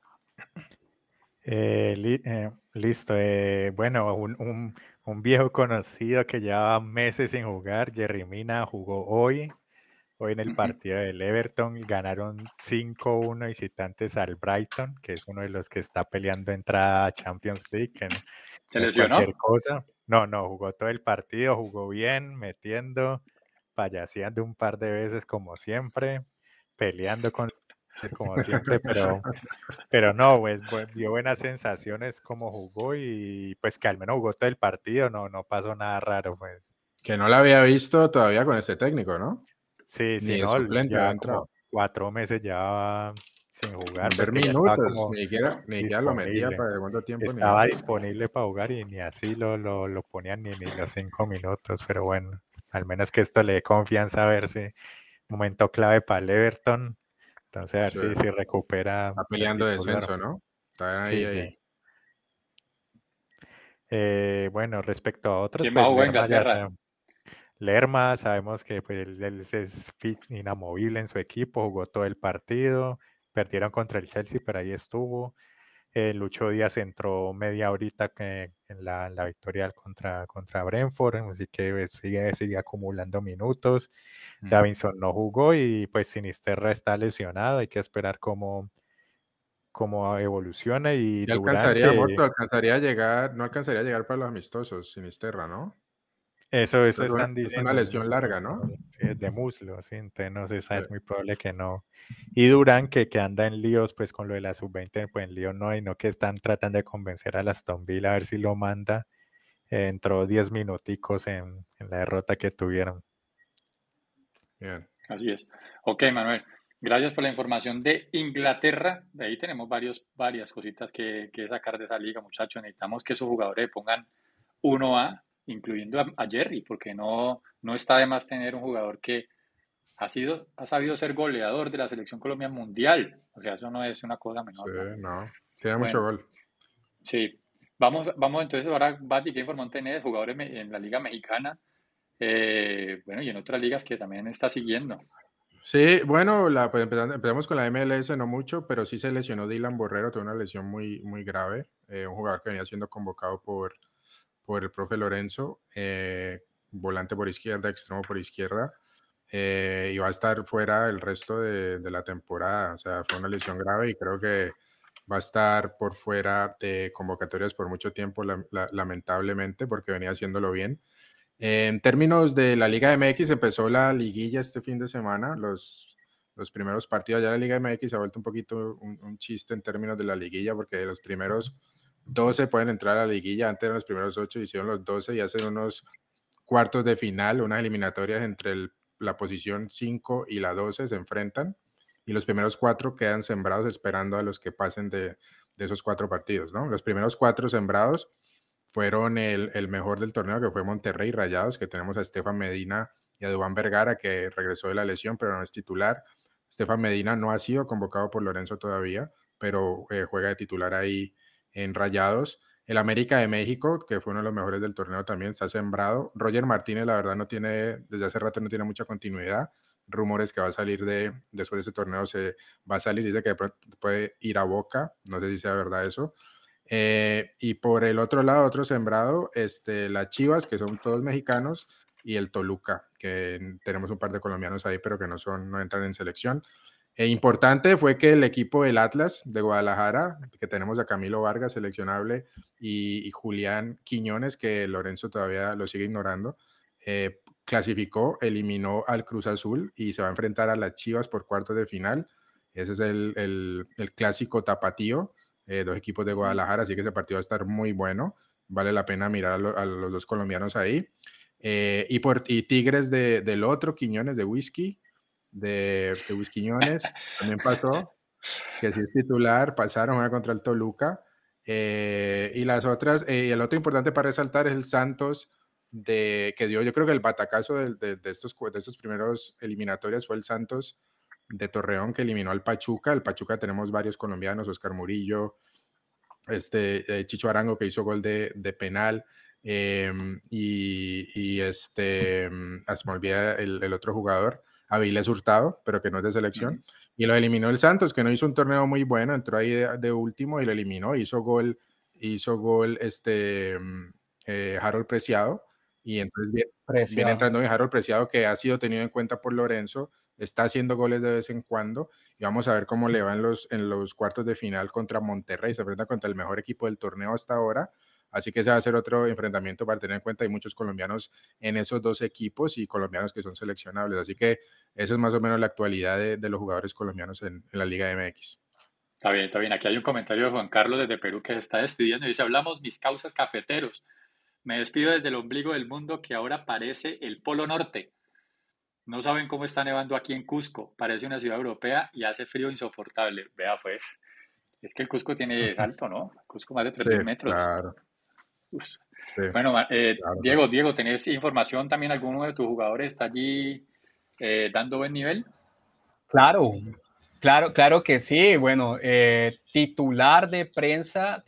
Listo. Bueno, un viejo conocido que lleva meses sin jugar, Yerry Mina, jugó hoy en el partido del Everton. Ganaron 5-1 visitantes al Brighton, que es uno de los que está peleando entrada a Champions League, que ¿Se no es cualquier lesionó? cosa. No, jugó todo el partido, jugó bien, metiendo, payaseando un par de veces como siempre, peleando como siempre, pero no, pues dio buenas sensaciones como jugó, y pues que al menos jugó todo el partido, no pasó nada raro, pues. Que no la había visto todavía con este técnico, ¿no? Sí, Ni de no, suplente había ya entrado. como 4 meses ya sin jugar, Sin pues ver que ya estaba minutos, como ni siquiera lo metía disponible. para el segundo tiempo ni Estaba nada. disponible para jugar y ni así lo ponían ni los 5 minutos, pero bueno, al menos que esto le dé confianza, a ver si momento clave para el Everton, entonces a ver Sí. si recupera Está de peleando titular. descenso, ¿no? Está Sí, ahí. sí. Bueno, respecto a otros, ¿Quién va pues a jugar en Lerma Inglaterra? Lerma, sabemos que pues, él es inamovible en su equipo, jugó todo el partido, perdieron contra el Chelsea, pero ahí estuvo. Lucho Díaz entró media horita en la victoria contra Brentford, así que pues, sigue acumulando minutos. Davinson no jugó y pues Sinisterra está lesionado, hay que esperar cómo evoluciona. Y Ya Durán, alcanzaría, Moto, alcanzaría a llegar, no alcanzaría a llegar para los amistosos, Sinisterra, ¿no? eso Es están una diciendo, lesión larga, ¿no? sí, es de muslo, sí, entonces no se sabe, Sí. es muy probable que no. Y Durán, que anda en líos pues con lo de la sub-20, pues en lío no hay, no, que están tratando de convencer a la Aston Villa a ver si lo manda. Entró 10 minuticos en la derrota que tuvieron. Bien. Así es. Ok, Manuel. Gracias por la información de Inglaterra. De ahí tenemos varias cositas que sacar de esa liga, muchachos. Necesitamos que esos jugadores pongan 1A, incluyendo a Jerry, porque no está de más tener un jugador que ha sabido ser goleador de la selección Colombia mundial. O sea, eso no es una cosa Sí, menor, ¿no? no. Tiene mucho Bueno, gol. sí. Vamos entonces ahora, Bati, ¿qué información tenés? Jugadores en la Liga Mexicana, bueno, y en otras ligas que también está siguiendo. Sí, bueno, pues empezamos con la MLS, no mucho, pero sí se lesionó Dylan Borrero, tuvo una lesión muy, muy grave, un jugador que venía siendo convocado por el profe Lorenzo, volante por izquierda, extremo por izquierda, y va a estar fuera el resto de la temporada. O sea, fue una lesión grave y creo que va a estar por fuera de convocatorias por mucho tiempo, lamentablemente, porque venía haciéndolo bien. En términos de la Liga MX, empezó la liguilla este fin de semana, los primeros partidos. Ya la Liga MX se ha vuelto un poquito un chiste en términos de la liguilla, porque de los primeros 12 pueden entrar a la liguilla, antes eran los primeros 8, hicieron los 12 y hacen unos cuartos de final, unas eliminatorias entre la posición 5 y la 12 se enfrentan, y los primeros 4 quedan sembrados esperando a los que pasen de esos 4 partidos, ¿no? Los primeros 4 sembrados fueron el mejor del torneo, que fue Monterrey Rayados, que tenemos a Estefan Medina y a Duván Vergara, que regresó de la lesión, pero no es titular. Estefan Medina no ha sido convocado por Lorenzo todavía, pero juega de titular ahí en Rayados. El América de México, que fue uno de los mejores del torneo, también está sembrado. Roger Martínez, la verdad, desde hace rato no tiene mucha continuidad. Rumores que va a salir después de ese torneo, se va a salir, dice que puede ir a Boca, no sé si sea verdad eso. Y por el otro lado, otro sembrado, las Chivas, que son todos mexicanos, y el Toluca, que tenemos un par de colombianos ahí, pero que no entran en selección. Importante fue que el equipo del Atlas de Guadalajara, que tenemos a Camilo Vargas, seleccionable, y Julián Quiñones, que Lorenzo todavía lo sigue ignorando, clasificó, eliminó al Cruz Azul y se va a enfrentar a las Chivas por cuartos de final. Ese es el clásico tapatío, dos equipos de Guadalajara, así que ese partido va a estar muy bueno. Vale la pena mirar a los dos colombianos ahí. Y Tigres del otro, Quiñones de Whisky, de Whisquiñones, también pasó, que si es titular, pasaron contra el Toluca. Y las otras, y el otro importante para resaltar es el Santos, que dio, yo creo que el batacazo de estos primeros eliminatorias fue el Santos Torreón, que eliminó al Pachuca. El Pachuca tenemos varios colombianos, Oscar Murillo, Chicho Arango, que hizo gol de penal, se me olvida el otro jugador, Avilés Hurtado, pero que no es de selección, y lo eliminó el Santos, que no hizo un torneo muy bueno, entró ahí de último y lo eliminó, hizo gol Harold Preciado, y entonces viene entrando en Harold Preciado, que ha sido tenido en cuenta por Lorenzo, está haciendo goles de vez en cuando, y vamos a ver cómo le va en los cuartos de final contra Monterrey. Se enfrenta contra el mejor equipo del torneo hasta ahora, así que ese va a ser otro enfrentamiento para tener en cuenta. Hay muchos colombianos en esos dos equipos y colombianos que son seleccionables, así que eso es más o menos la actualidad de los jugadores colombianos en la Liga MX. Está bien, está bien. Aquí hay un comentario de Juan Carlos desde Perú que se está despidiendo y dice: hablamos mis causas cafeteros. Me despido desde el ombligo del mundo que ahora parece el Polo Norte. No saben cómo está nevando aquí en Cusco. Parece una ciudad europea y hace frío insoportable. Vea pues, es que el Cusco tiene alto, ¿no? Cusco más de 3.000 metros. Claro. Sí, bueno, claro. Diego, ¿tenés información también? ¿Alguno de tus jugadores está allí dando buen nivel? Claro que sí. Bueno, titular de prensa,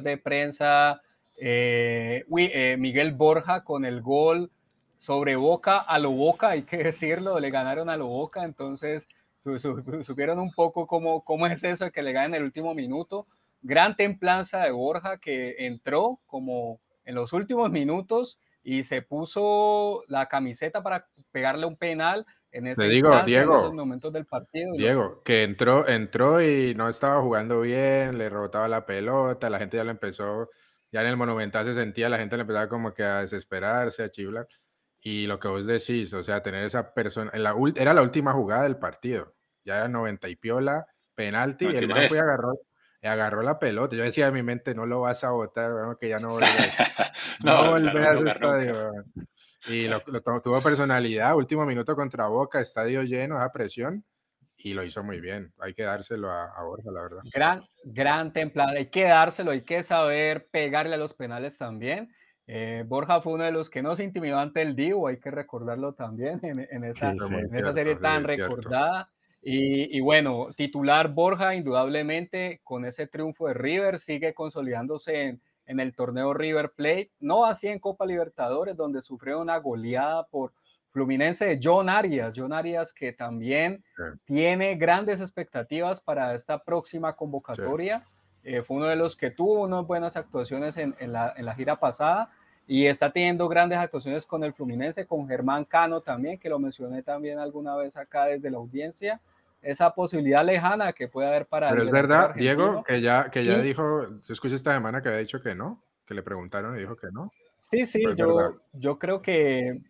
Miguel Borja con el gol sobre Boca, a lo Boca, hay que decirlo, le ganaron a lo Boca, entonces supieron un poco cómo es eso de que le ganen en el último minuto. Gran templanza de Borja, que entró como en los últimos minutos y se puso la camiseta para pegarle un penal en esa instancia, en esos momentos del partido. Diego, que entró y no estaba jugando bien, le rebotaba la pelota, la gente ya lo empezó, ya en el Monumental se sentía, la gente le empezaba como que a desesperarse, a chiflar. Y lo que vos decís, o sea, tener esa persona, era la última jugada del partido, ya era 90 y piola, penalti, y el man fue y agarró la pelota. Yo decía en mi mente, no lo vas a botar, bueno, que ya no volvés. no volvés a ese estadio. Y tuvo personalidad, último minuto contra Boca, estadio lleno, esa presión, y lo hizo muy bien. Hay que dárselo a Borja, la verdad. Gran templada, hay que dárselo, hay que saber pegarle a los penales también. Borja fue uno de los que no se intimidó ante el Divo, hay que recordarlo también en esa serie tan recordada. Y bueno, titular Borja, indudablemente, con ese triunfo de River, sigue consolidándose en el torneo River Plate, no así en Copa Libertadores, donde sufrió una goleada por Fluminense de John Arias, que también tiene grandes expectativas para esta próxima convocatoria. Fue uno de los que tuvo unas buenas actuaciones en la gira pasada y está teniendo grandes actuaciones con el Fluminense, con Germán Cano también, que lo mencioné también alguna vez acá desde la audiencia. Esa posibilidad lejana que puede haber para... Pero es verdad, Diego, que ya dijo, se escucha esta semana que había dicho que no, que le preguntaron y dijo que no. Sí, yo creo que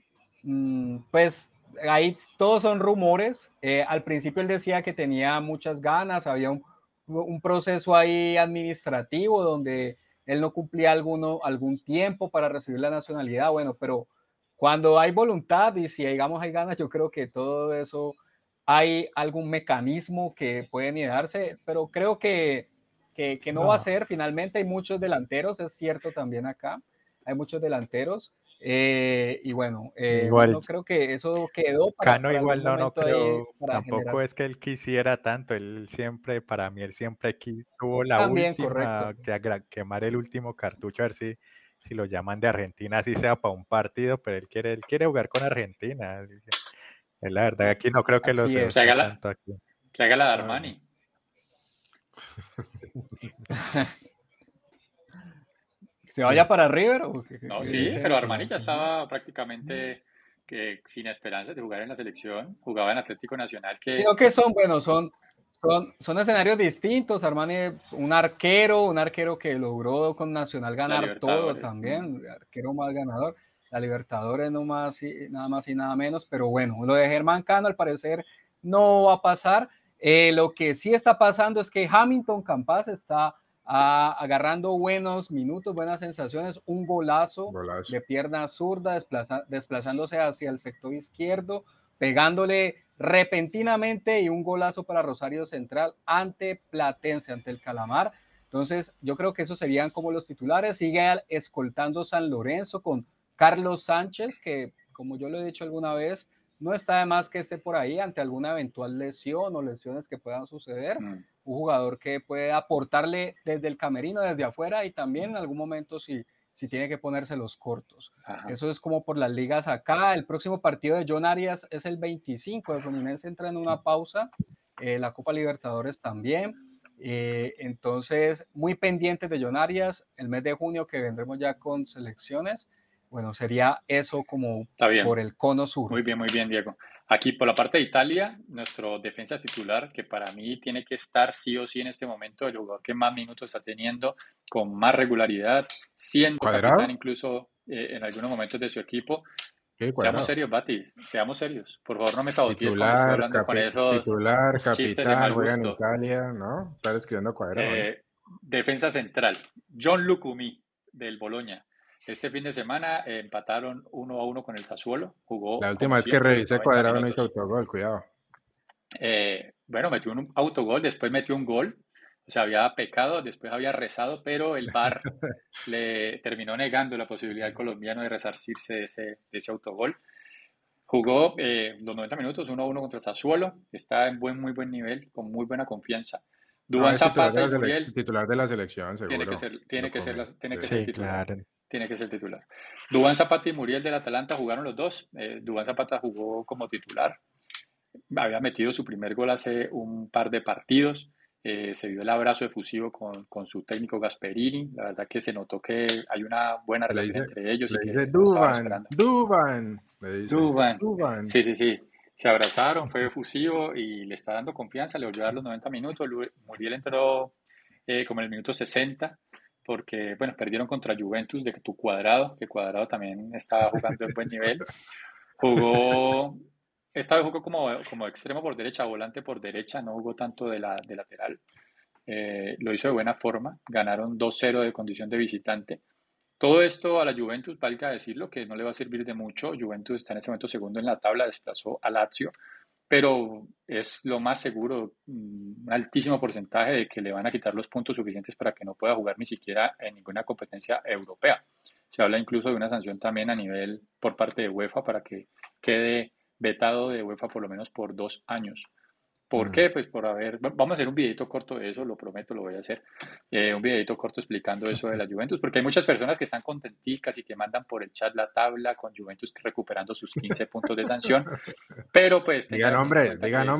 pues ahí todos son rumores. Al principio él decía que tenía muchas ganas, había un proceso ahí administrativo donde él no cumplía algún tiempo para recibir la nacionalidad. Bueno, pero cuando hay voluntad y si digamos hay ganas, yo creo que todo eso hay algún mecanismo que puede darse, pero creo que no va a ser. Finalmente hay muchos delanteros, es cierto también acá, hay muchos delanteros. Y bueno, igual, no creo que eso quedó para Cano igual no creo, tampoco generar. Es que él quisiera tanto, él siempre tuvo la también, última, que quemar el último cartucho, a ver si lo llaman de Argentina, así sea para un partido, pero él quiere jugar con Argentina. La verdad, aquí no creo que lo se tanto aquí. Que haga la de Armani. ¿Se vaya para River? No, sí, pero Armani ya estaba prácticamente sin esperanzas de jugar en la selección. Jugaba en Atlético Nacional. Creo que son escenarios distintos. Armani, un arquero que logró con Nacional ganar todo también, arquero más ganador. La Libertadores nada más y nada menos, pero bueno, lo de Germán Cano al parecer no va a pasar. Lo que sí está pasando es que Hamilton Campas está agarrando buenos minutos, buenas sensaciones, un golazo de pierna zurda, desplazándose hacia el sector izquierdo, pegándole repentinamente y un golazo para Rosario Central ante Platense, ante el Calamar. Entonces yo creo que esos serían como los titulares. Sigue escoltando San Lorenzo con Carlos Sánchez, que como yo lo he dicho alguna vez, no está de más que esté por ahí ante alguna eventual lesión o lesiones que puedan suceder. Un jugador que puede aportarle desde el camerino, desde afuera, y también en algún momento si tiene que ponerse los cortos. Ajá. Eso es como por las ligas acá. El próximo partido de John Arias es el 25. El Fluminense entra en una pausa. La Copa Libertadores también. Entonces, muy pendientes de John Arias. El mes de junio que vendremos ya con selecciones. Bueno, sería eso como por el cono sur. Muy bien, Diego. Aquí por la parte de Italia, nuestro defensa titular, que para mí tiene que estar sí o sí en este momento, el jugador que más minutos está teniendo, con más regularidad, siendo capitán incluso en algunos momentos de su equipo. Seamos serios, Bati, seamos serios. Por favor, no me sabotees cuando estoy hablando con esos chistes de mal juega en gusto. Italia, ¿no? Está escribiendo Cuadrado. Defensa central, John Lucumí, del Bologna. Este fin de semana empataron 1-1 con el Sassuolo. Jugó. La última vez que revisé Cuadrado no hizo autogol, cuidado. Bueno, metió un autogol, después metió un gol. O sea, había pecado, después había rezado, pero el VAR le terminó negando la posibilidad al colombiano de resarcirse de ese autogol. Jugó los 90 minutos, 1-1 contra el Sassuolo. Está en muy buen nivel, con muy buena confianza. Duván Zapata y Muriel. Titular de la selección, seguro. Tiene que ser titular. Tiene que ser titular. Duván Zapata y Muriel del Atalanta jugaron los dos. Duván Zapata jugó como titular. Había metido su primer gol hace un par de partidos. Se vio el abrazo efusivo con su técnico Gasperini. La verdad que se notó que hay una buena relación entre ellos. Duvan. Sí. Se abrazaron, fue efusivo y le está dando confianza. Le volvió a dar los 90 minutos. Muriel entró como en el minuto 60. Porque, bueno, perdieron contra Juventus de tu Cuadrado, que Cuadrado también estaba jugando en buen nivel. Esta vez jugó como extremo por derecha, volante por derecha, no jugó tanto de lateral. Lo hizo de buena forma, ganaron 2-0 de condición de visitante. Todo esto a la Juventus, valga decirlo, que no le va a servir de mucho. Juventus está en ese momento segundo en la tabla, desplazó a Lazio, pero es lo más seguro, un altísimo porcentaje de que le van a quitar los puntos suficientes para que no pueda jugar ni siquiera en ninguna competencia europea. Se habla incluso de una sanción también a nivel por parte de UEFA para que quede vetado de UEFA por lo menos por 2 años. ¿Por qué? Pues vamos a hacer un videito corto de eso, lo prometo, lo voy a hacer, un videito corto explicando eso de la Juventus, porque hay muchas personas que están contenticas y que mandan por el chat la tabla con Juventus recuperando sus 15 puntos de sanción, pero pues... Diga nombres.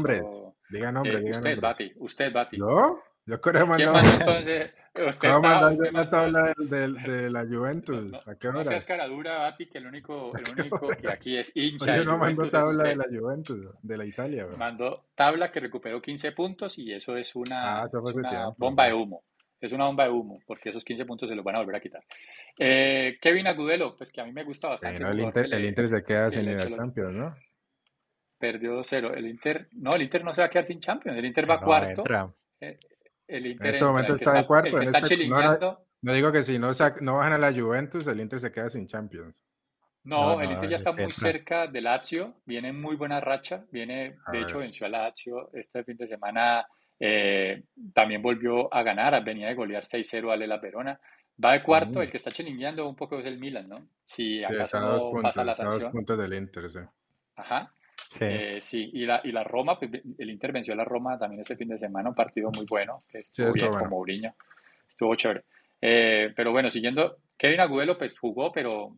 Usted, Bati. Yo creo que ¿Quién mandó entonces? ¿Cómo mandaste la tabla de la Juventus? ¿A qué hora? No seas cara dura, Bati, que el único que aquí es hincha. Yo no mando tabla de la Juventus, de la Italia. ¿verdad? Mandó tabla que recuperó 15 puntos y eso es una bomba de humo. Es una bomba de humo, porque esos 15 puntos se los van a volver a quitar. Kevin Agudelo, pues que a mí me gusta bastante. No, el Inter se queda sin ir a Champions, ¿no? Perdió 2-0. El Inter no se va a quedar sin Champions. El Inter va cuarto. El Inter en este momento está de cuarto. El que está chilingueando. No digo que si no bajan a la Juventus, el Inter se queda sin Champions. No, el Inter ya está muy cerca de Lazio. Viene en muy buena racha. De hecho, venció a Lazio este fin de semana. También volvió a ganar. Venía de golear 6-0 a Hellas Verona. Va de cuarto. El que está chilingueando un poco es el Milan, ¿no? Si acaso no pasa la sanción. 2 puntos del Inter, sí. Ajá. Sí, y la Roma, pues, el Inter venció a la Roma también ese fin de semana, un partido muy bueno, que estuvo bien con Mourinho, estuvo chévere. Pero bueno, siguiendo, Kevin Agudelo pues jugó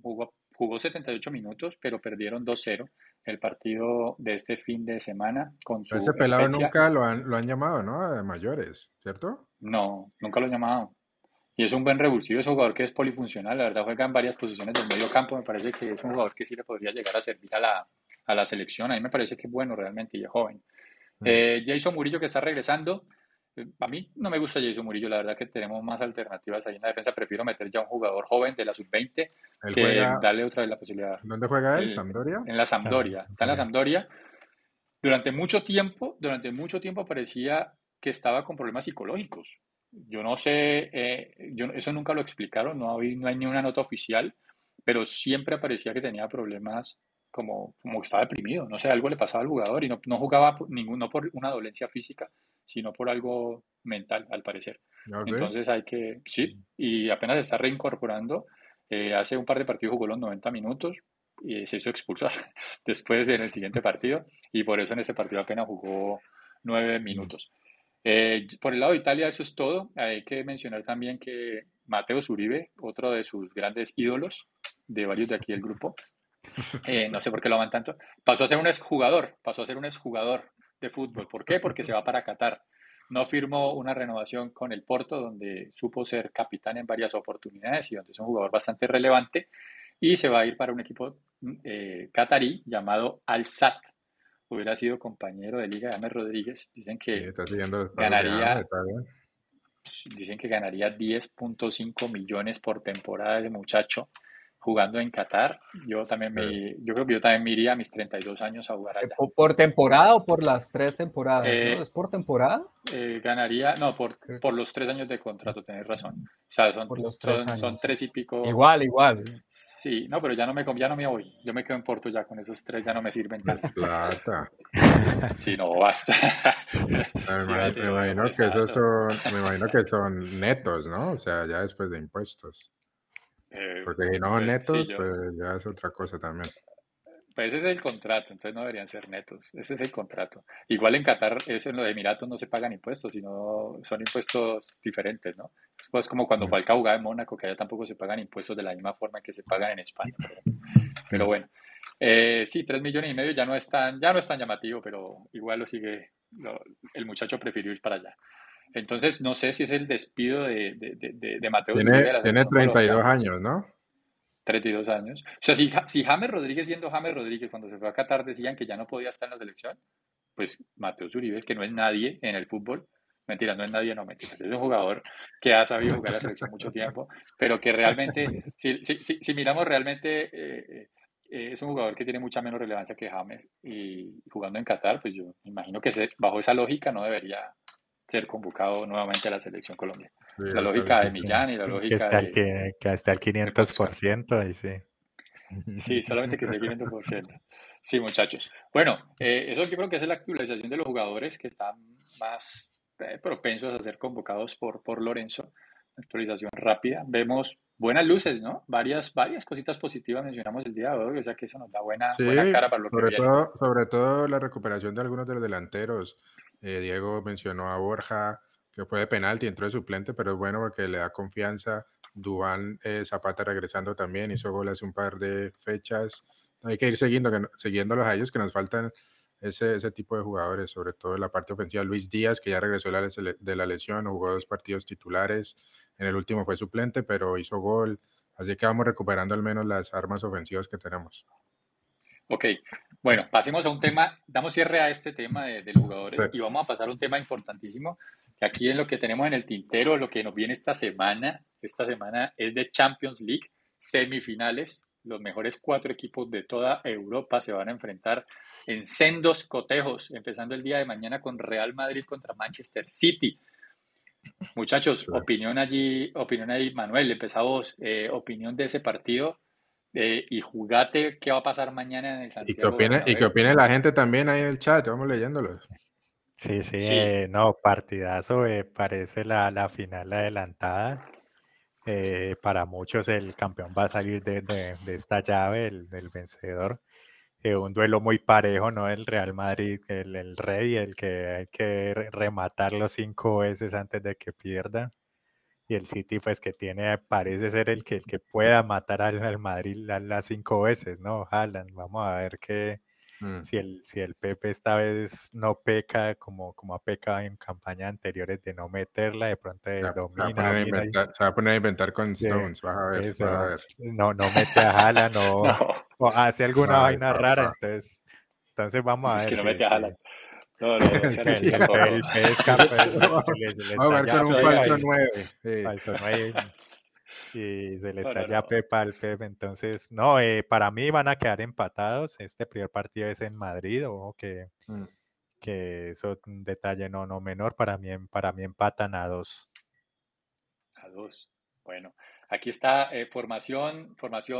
78 minutos, pero perdieron 2-0 el partido de este fin de semana con su ese pelado nunca lo han llamado, ¿no? De mayores, ¿cierto? No, nunca lo han llamado. Y es un buen revulsivo, es un jugador que es polifuncional, la verdad juega en varias posiciones del medio campo, me parece que es un jugador que sí le podría llegar a servir a la selección. A mí me parece que es bueno realmente y es joven. Jason Murillo, que está regresando. A mí no me gusta Jason Murillo, la verdad que tenemos más alternativas ahí en la defensa. Prefiero meter ya un jugador joven de la sub-20 que darle otra vez la posibilidad. ¿Dónde juega él? ¿Sampdoria? En la Sampdoria. Está en la Sampdoria. Durante mucho tiempo parecía que estaba con problemas psicológicos. Yo no sé, eso nunca lo explicaron, no hay ni una nota oficial, pero siempre parecía que tenía problemas como que estaba deprimido, no sé, algo le pasaba al jugador y no jugaba no por una dolencia física, sino por algo mental, al parecer. Entonces sí, y apenas se está reincorporando, hace un par de partidos jugó los 90 minutos, y se hizo expulsar después en el siguiente partido, y por eso en ese partido apenas jugó 9 minutos. Por el lado de Italia, eso es todo. Hay que mencionar también que Mateo Zuribe, otro de sus grandes ídolos, de varios de aquí del grupo, no sé por qué lo aman tanto, pasó a ser un exjugador de fútbol. ¿Por qué? Porque se va para Qatar. No firmó una renovación con el Porto, donde supo ser capitán en varias oportunidades y donde es un jugador bastante relevante, y se va a ir para un equipo catarí llamado Al Sadd. Hubiera sido compañero de liga de James Rodríguez. Dicen Sí, que está siguiendo los pasos de James, ganaría, está bien. dicen que ganaría 10.5 millones por temporada ese muchacho jugando en Qatar. Yo creo que yo también me iría a mis 32 años a jugar allá. ¿Por temporada o por las 3 temporadas? ¿No? ¿Es por temporada? Ganaría, no, por los 3 años de contrato, tenés razón. O sea, Por los 3 son años. 3 y pico. Igual. Sí, no, pero ya no me voy. Yo me quedo en Porto ya con esos 3, ya no me sirven tanto. Es plata. Sí, no, basta. Me imagino que son netos, ¿no? O sea, ya después de impuestos. Porque si no pues, netos, sí, pues ya es otra cosa también. Pues ese es el contrato, entonces no deberían ser netos. Ese es el contrato. Igual en Qatar, eso en los Emiratos no se pagan impuestos, sino son impuestos diferentes, ¿no? Es como cuando Falcao jugaba en Mónaco, que allá tampoco se pagan impuestos de la misma forma que se pagan en España, por ejemplo. Pero bueno, sí, 3,5 millones ya no es tan llamativo, pero igual el muchacho prefirió ir para allá. Entonces, no sé si es el despido de Mateo Zuribe de la Tiene selección 32 colombiana. años, ¿no? 32 años. O sea, si James Rodríguez, siendo James Rodríguez, cuando se fue a Qatar decían que ya no podía estar en la selección, pues Mateo Zuribe, que no es nadie en el fútbol, mentira, no es nadie, no, mentira, es un jugador que ha sabido jugar la selección mucho tiempo, pero que realmente, si miramos realmente, es un jugador que tiene mucha menos relevancia que James, y jugando en Qatar, pues yo imagino que bajo esa lógica no debería ser convocado nuevamente a la selección colombiana. Sí, La lógica de Millán y la lógica que hasta el 500%, ahí sí. Sí, solamente que sea 500%. Sí, muchachos. Bueno, eso yo creo que es la actualización de los jugadores que están más propensos a ser convocados por Lorenzo. Actualización rápida. Vemos buenas luces, ¿no? Varias cositas positivas mencionamos el día de hoy, o sea que eso nos da buena cara para lo que viene. Sobre todo la recuperación de algunos de los delanteros. Diego mencionó a Borja, que fue de penalti, entró de suplente, pero es bueno porque le da confianza. Duván Zapata regresando también, hizo gol hace un par de fechas. Hay que ir siguiéndolos a ellos, que nos faltan ese tipo de jugadores, sobre todo en la parte ofensiva. Luis Díaz, que ya regresó de la lesión, jugó 2 partidos titulares, en el último fue suplente, pero hizo gol. Así que vamos recuperando al menos las armas ofensivas que tenemos. Ok, bueno, pasemos a un tema, damos cierre a este tema de los jugadores, sí, y vamos a pasar a un tema importantísimo, que aquí en lo que tenemos en el tintero, lo que nos viene esta semana es de Champions League, semifinales. Los mejores 4 equipos de toda Europa se van a enfrentar en sendos cotejos, empezando el día de mañana con Real Madrid contra Manchester City. Muchachos, sí, opinión ahí, Manuel, empezamos, opinión de ese partido. Y jugate qué va a pasar mañana en el Santiago Bernabéu. Y qué opine la gente también ahí en el chat, vamos leyéndolos. Sí, no, partidazo, parece la final adelantada. Para muchos el campeón va a salir de esta llave, el vencedor. Un duelo muy parejo, ¿no? El Real Madrid, el rey, el que hay que rematarlo 5 veces antes de que pierda. Y el City, pues, que parece ser el que pueda matar al Madrid las 5 veces, ¿no? Haaland, vamos a ver si el Pepe esta vez no peca como ha pecado en campañas anteriores de no meterla, de pronto domina. Se va a poner a inventar con Stones, vas a ver. Eso, vas a ver. No mete a Haaland o hace alguna vaina rara, entonces vamos a ver. Es que no mete a Haaland. No, el pesca, vamos a ver con un falso 9. Falso 9. Y se le está ya Pepa al Pep, entonces, no, para mí van a quedar empatados. Este primer partido es en Madrid, ojo que eso es un detalle no menor. Para mí empatan a 2. A 2. Bueno, aquí está formación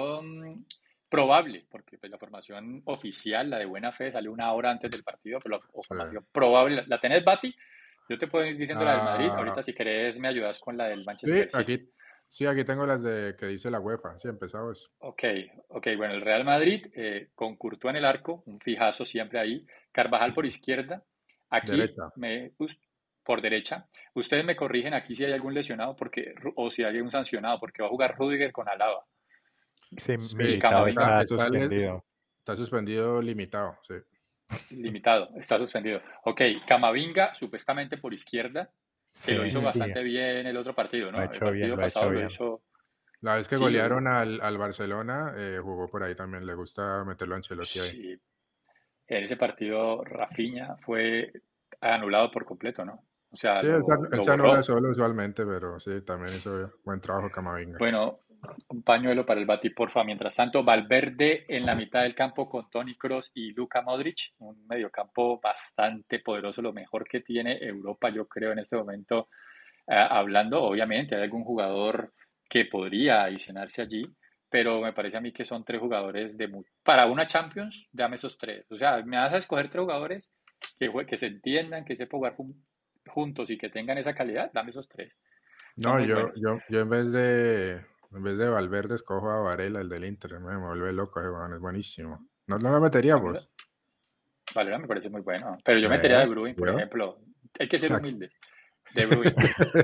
probable, porque pues, la formación oficial, la de buena fe, sale 1 hora antes del partido, pero la formación probable, ¿la tenés, Bati? Yo te puedo ir diciendo la del Madrid, ahorita si querés me ayudas con la del Manchester City. Sí, aquí tengo las de que dice la UEFA. Sí, empezado eso. Ok, bueno, el Real Madrid con Courtois en el arco, un fijazo siempre ahí. Carvajal por izquierda. Aquí Derecha. por derecha. Ustedes me corrigen aquí si hay algún lesionado o si hay un sancionado, porque va a jugar Rudiger con Alaba Sí, y Sí, Militao Camavinga está suspendido. está suspendido limitado, sí. limitado, está suspendido. Ok, Camavinga supuestamente por izquierda, que Sí, lo hizo Mm. sí, bastante bien el otro partido, lo ha ¿no? El hecho bien, partido lo ha hecho pasado lo bien. hizo, La vez que sí, golearon al Barcelona, jugó por ahí también. Le gusta meterlo a Ancelotti ahí. sí. En ese partido Rafinha fue anulado por completo, ¿no? O sea, Sí, él lo se anula borró. solo usualmente, pero sí, también hizo buen trabajo Camavinga. Bueno, un pañuelo para el Bati, porfa. Mientras tanto, Valverde en la mitad del campo con Toni Kroos y Luka Modric, un mediocampo bastante poderoso, lo mejor que tiene Europa, yo creo, en este momento. Hablando, obviamente, hay algún jugador que podría adicionarse allí, pero me parece a mí que son tres jugadores para una Champions, dame esos tres. O sea, me vas a escoger tres jugadores que se entiendan, que sepan jugar juntos y que tengan esa calidad, dame esos tres. Son No, muy buenos. yo en vez de Valverde escojo a Varela, el del Inter. Me vuelve loco ese weón, es buenísimo. ¿No lo metería A mí vos? Valera me parece muy bueno, pero yo metería a De Bruyne, por ¿Yo? ejemplo. Hay que ser humilde. De Bruyne.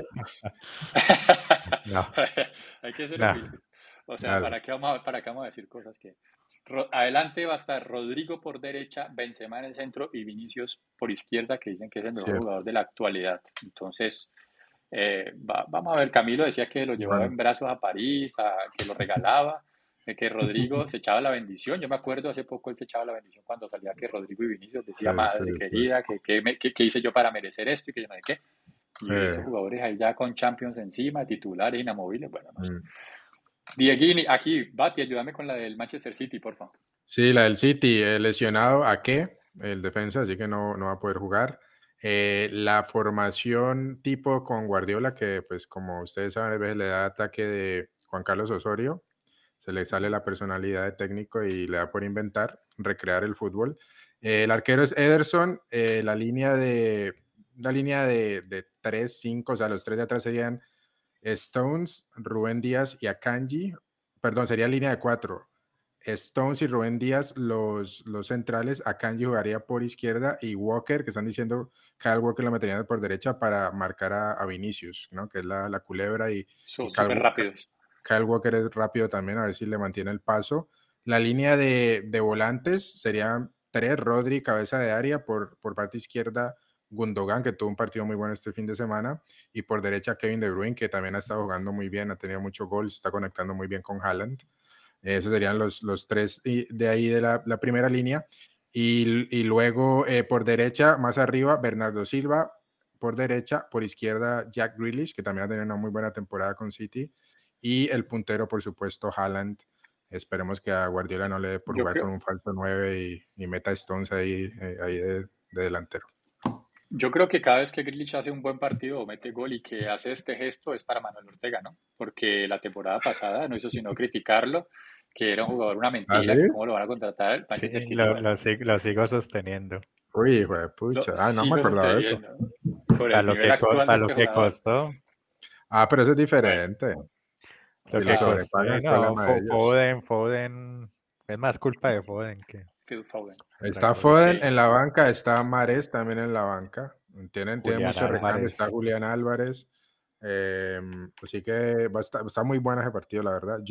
No, Hay que ser no. humilde. O sea, Dale. ¿para qué vamos a decir cosas que... Adelante va a estar Rodrigo por derecha, Benzema en el centro y Vinicius por izquierda, que dicen que es el Sí, mejor jugador de la actualidad. Entonces, vamos a ver, Camilo decía que lo llevaba bueno, en brazos a París, que lo regalaba, que Rodrigo se echaba la bendición. Yo me acuerdo hace poco él se echaba la bendición cuando salía que Rodrigo y Vinicius decía, sí, sí, madre sí. querida, ¿qué hice yo para merecer esto? Y que yo no sé qué. Y esos Eh, jugadores ahí ya con Champions encima, titulares, inamovibles, bueno, no sé. mm. Dieguini, aquí, Bati, ayúdame con la del Manchester City, por favor. Sí, la del City, lesionado a qué, el defensa, así que no va a poder jugar. La formación tipo con Guardiola, que pues como ustedes saben, a veces le da ataque de Juan Carlos Osorio, se le sale la personalidad de técnico y le da por inventar, recrear el fútbol. El arquero es Ederson, la línea de 3-5, o sea, los tres de atrás serían Stones, Rubén Díaz y Akanji, perdón, sería línea de 4. Stones y Rubén Díaz, los centrales, Akanji jugaría por izquierda y Walker, que están diciendo Kyle Walker lo meterían por derecha para marcar a Vinicius, ¿no? Que es la culebra y Son súper rápidos. Kyle Walker es rápido también, a ver si le mantiene el paso. La línea de volantes serían 3, Rodri, cabeza de área, por parte izquierda Gundogan, que tuvo un partido muy bueno este fin de semana, y por derecha Kevin De Bruyne, que también ha estado jugando muy bien, ha tenido muchos goles, está conectando muy bien con Haaland. Esos serían los tres de ahí de la primera línea. Y luego por derecha, más arriba, Bernardo Silva, por derecha, por izquierda, Jack Grealish, que también ha tenido una muy buena temporada con City, y el puntero, por supuesto, Haaland. Esperemos que a Guardiola no le dé por Yo jugar creo, con un falso 9 y meta Stones ahí de delantero. yo creo que cada vez que Grealish hace un buen partido o mete gol y que hace este gesto es para Manuel Ortega, ¿no? Porque la temporada pasada no hizo sino criticarlo, que era un jugador una ¿Ah, mentira, que sí? cómo lo van a contratar el Sí, Manchester City. Bueno, lo sigo sosteniendo. Uy, hijo de lo pucha. Ah, no me sigo acordaba de eso. sosteniendo con el nivel actual de Para lo este que jugador. costó, Ah, pero eso es Bueno, diferente. lo Si lo que chao, costó, sobrepagan es no, problema de ellos. Foden, es más culpa de Foden que Phil Foden. otra Está cosa. Ok, Foden en la banca, está Mares también en la banca. Tienen Julián mucho recambio, Álvarez. está Julián Álvarez. Así que está muy bueno ese partido, la verdad.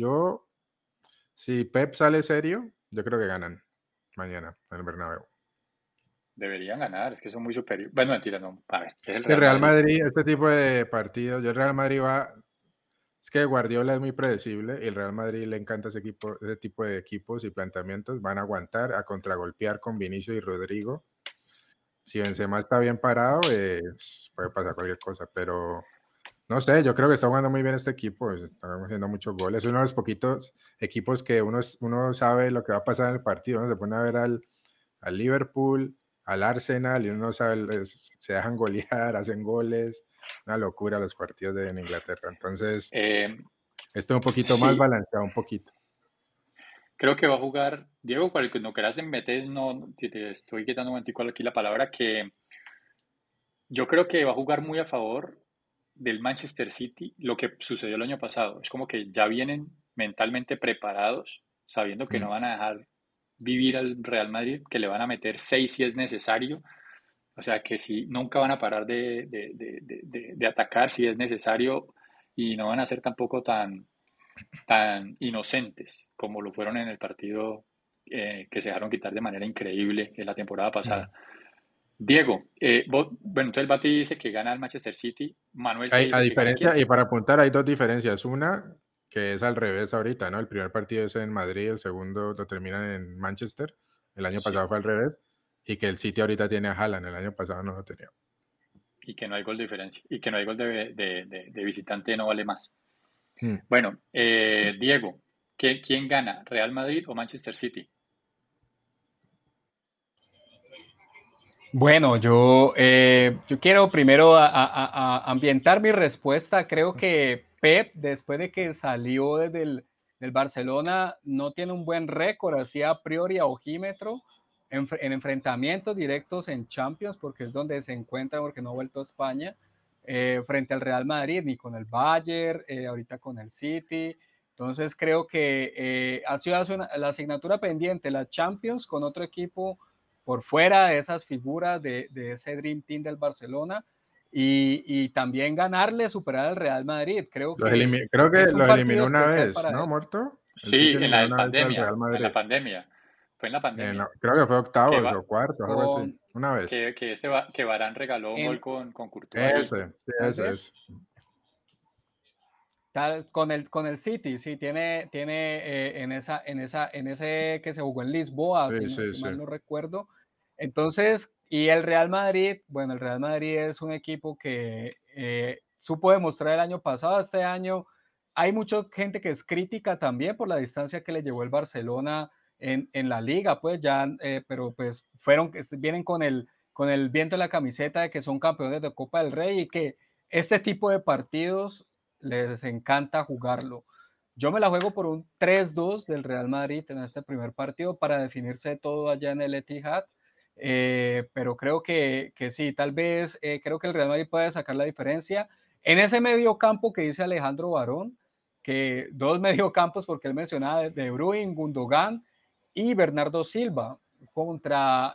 Si Pep sale serio, yo creo que ganan mañana en el Bernabéu. deberían ganar, es que son muy superiores. Bueno, mentira, no. A ver, es el El Real Real Madrid. Madrid, este tipo de partidos, el Real Madrid es que Guardiola es muy predecible y el Real Madrid le encanta ese tipo de equipos y planteamientos. Van a aguantar, a contragolpear con Vinicius y Rodrigo. Si Benzema está bien parado, puede pasar cualquier cosa, pero no sé, yo creo que está jugando muy bien este equipo, están haciendo muchos goles, es uno de los poquitos equipos que uno sabe lo que va a pasar en el partido, uno se pone a ver al Liverpool, al Arsenal, y uno no sabe, se dejan golear, hacen goles, una locura los partidos en Inglaterra, entonces Eh, este es un poquito más sí, balanceado, un poquito. creo que va a jugar. Diego, para el que no quieras en metes, no, si te estoy quitando un momentico aquí la palabra, que yo creo que va a jugar muy a favor del Manchester City lo que sucedió el año pasado. Es como que ya vienen mentalmente preparados, sabiendo que no van a dejar vivir al Real Madrid, que le van a meter 6 si es necesario. O sea que sí, nunca van a parar de atacar si es necesario y no van a ser tampoco tan inocentes como lo fueron en el partido que se dejaron quitar de manera increíble en la temporada pasada. Diego, bueno, entonces el Bati dice que gana el Manchester City. Manuel te A dice que gana diferencia, quién. y para apuntar, hay dos diferencias. Una, que es al revés ahorita, ¿no? El primer partido es en Madrid, el segundo lo terminan en Manchester. El año Sí, pasado fue al revés. Y que el City ahorita tiene a Haaland, el año pasado no lo tenía. y que no hay gol de diferencia. Y que no hay gol de visitante, no vale más. Hmm. Bueno, Diego, ¿quién gana? ¿Real Madrid o Manchester City? Bueno, yo quiero primero ambientar mi respuesta. Creo que Pep, después de que salió del Barcelona, no tiene un buen récord, así a priori a ojímetro, en enfrentamientos directos en Champions, porque es donde se encuentra, porque no ha vuelto a España, frente al Real Madrid, ni con el Bayern, ahorita con el City. Entonces creo que ha sido la asignatura pendiente, la Champions con otro equipo por fuera de esas figuras de ese Dream Team del Barcelona y también ganarle, superar al Real Madrid. Creo que es un los partido eliminó una especial vez, para ¿no, él. Muerto? El Sí, City en la eliminó del una vez al Real pandemia, en la Madrid. pandemia. Fue en la pandemia. Creo que fue Que, octavos va, o cuartos, algo así. Una vez. que Varane regaló un gol En, con Courtois ahí. Ese, sí, tal ese vez es. con el City, sí, tiene en ese que se jugó en Lisboa, Sí, si sí, sí. mal no recuerdo. Entonces, y el Real Madrid, bueno, el Real Madrid es un equipo que supo demostrar el año pasado, este año hay mucha gente que es crítica también por la distancia que le llevó el Barcelona en la liga, pues ya, pero pues vienen con el viento en la camiseta de que son campeones de Copa del Rey y que este tipo de partidos les encanta jugarlo. Yo me la juego por un 3-2 del Real Madrid en este primer partido para definirse todo allá en el Etihad. Pero creo que sí, tal vez creo que el Real Madrid puede sacar la diferencia. En ese medio campo que dice Alejandro Barón, que dos mediocampos, porque él mencionaba De Bruyne, Gundogan y Bernardo Silva contra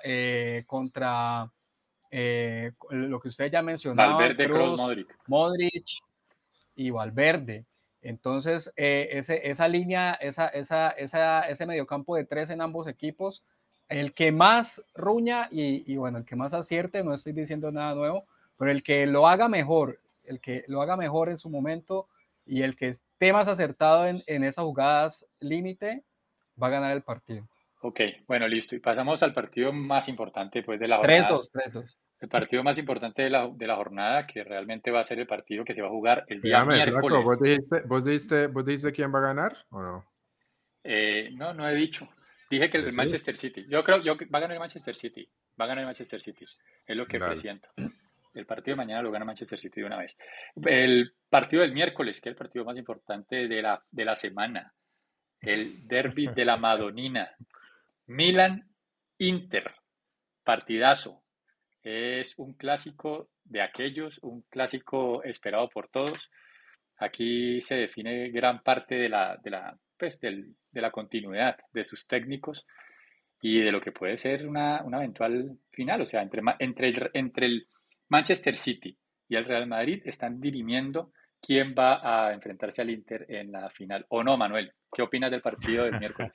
lo que ustedes ya mencionaban, Valverde, Kroos, Kroos, Modric. Modric y Valverde. Entonces, esa línea, ese mediocampo de 3 en ambos equipos, el que más ruña y bueno, el que más acierte, no estoy diciendo nada nuevo, pero el que lo haga mejor, en su momento y el que esté más acertado en esas jugadas límite, va a ganar el partido. Ok, bueno, listo. Y pasamos al partido más importante pues, de la jornada. 3-2, 3-2. El partido más importante de la jornada, que realmente va a ser el partido que se va a jugar el día Espérame, Flaco, miércoles. ¿vos dijiste quién va a ganar o no? No he dicho. Dije que el Decir. Manchester City. Yo creo que va a ganar el Manchester City. Va a ganar el Manchester City. Es lo que Dale. presiento. El partido de mañana lo gana Manchester City de una vez. El partido del miércoles, que es el partido más importante de la semana. El derby de la Madonina. Milan-Inter. Partidazo. Es un clásico de aquellos, un clásico esperado por todos. Aquí se define gran parte de la continuidad de sus técnicos y de lo que puede ser una eventual final. O sea, entre el Manchester City y el Real Madrid están dirimiendo quién va a enfrentarse al Inter en la final. ¿O no, Manuel? ¿Qué opinas del partido del miércoles?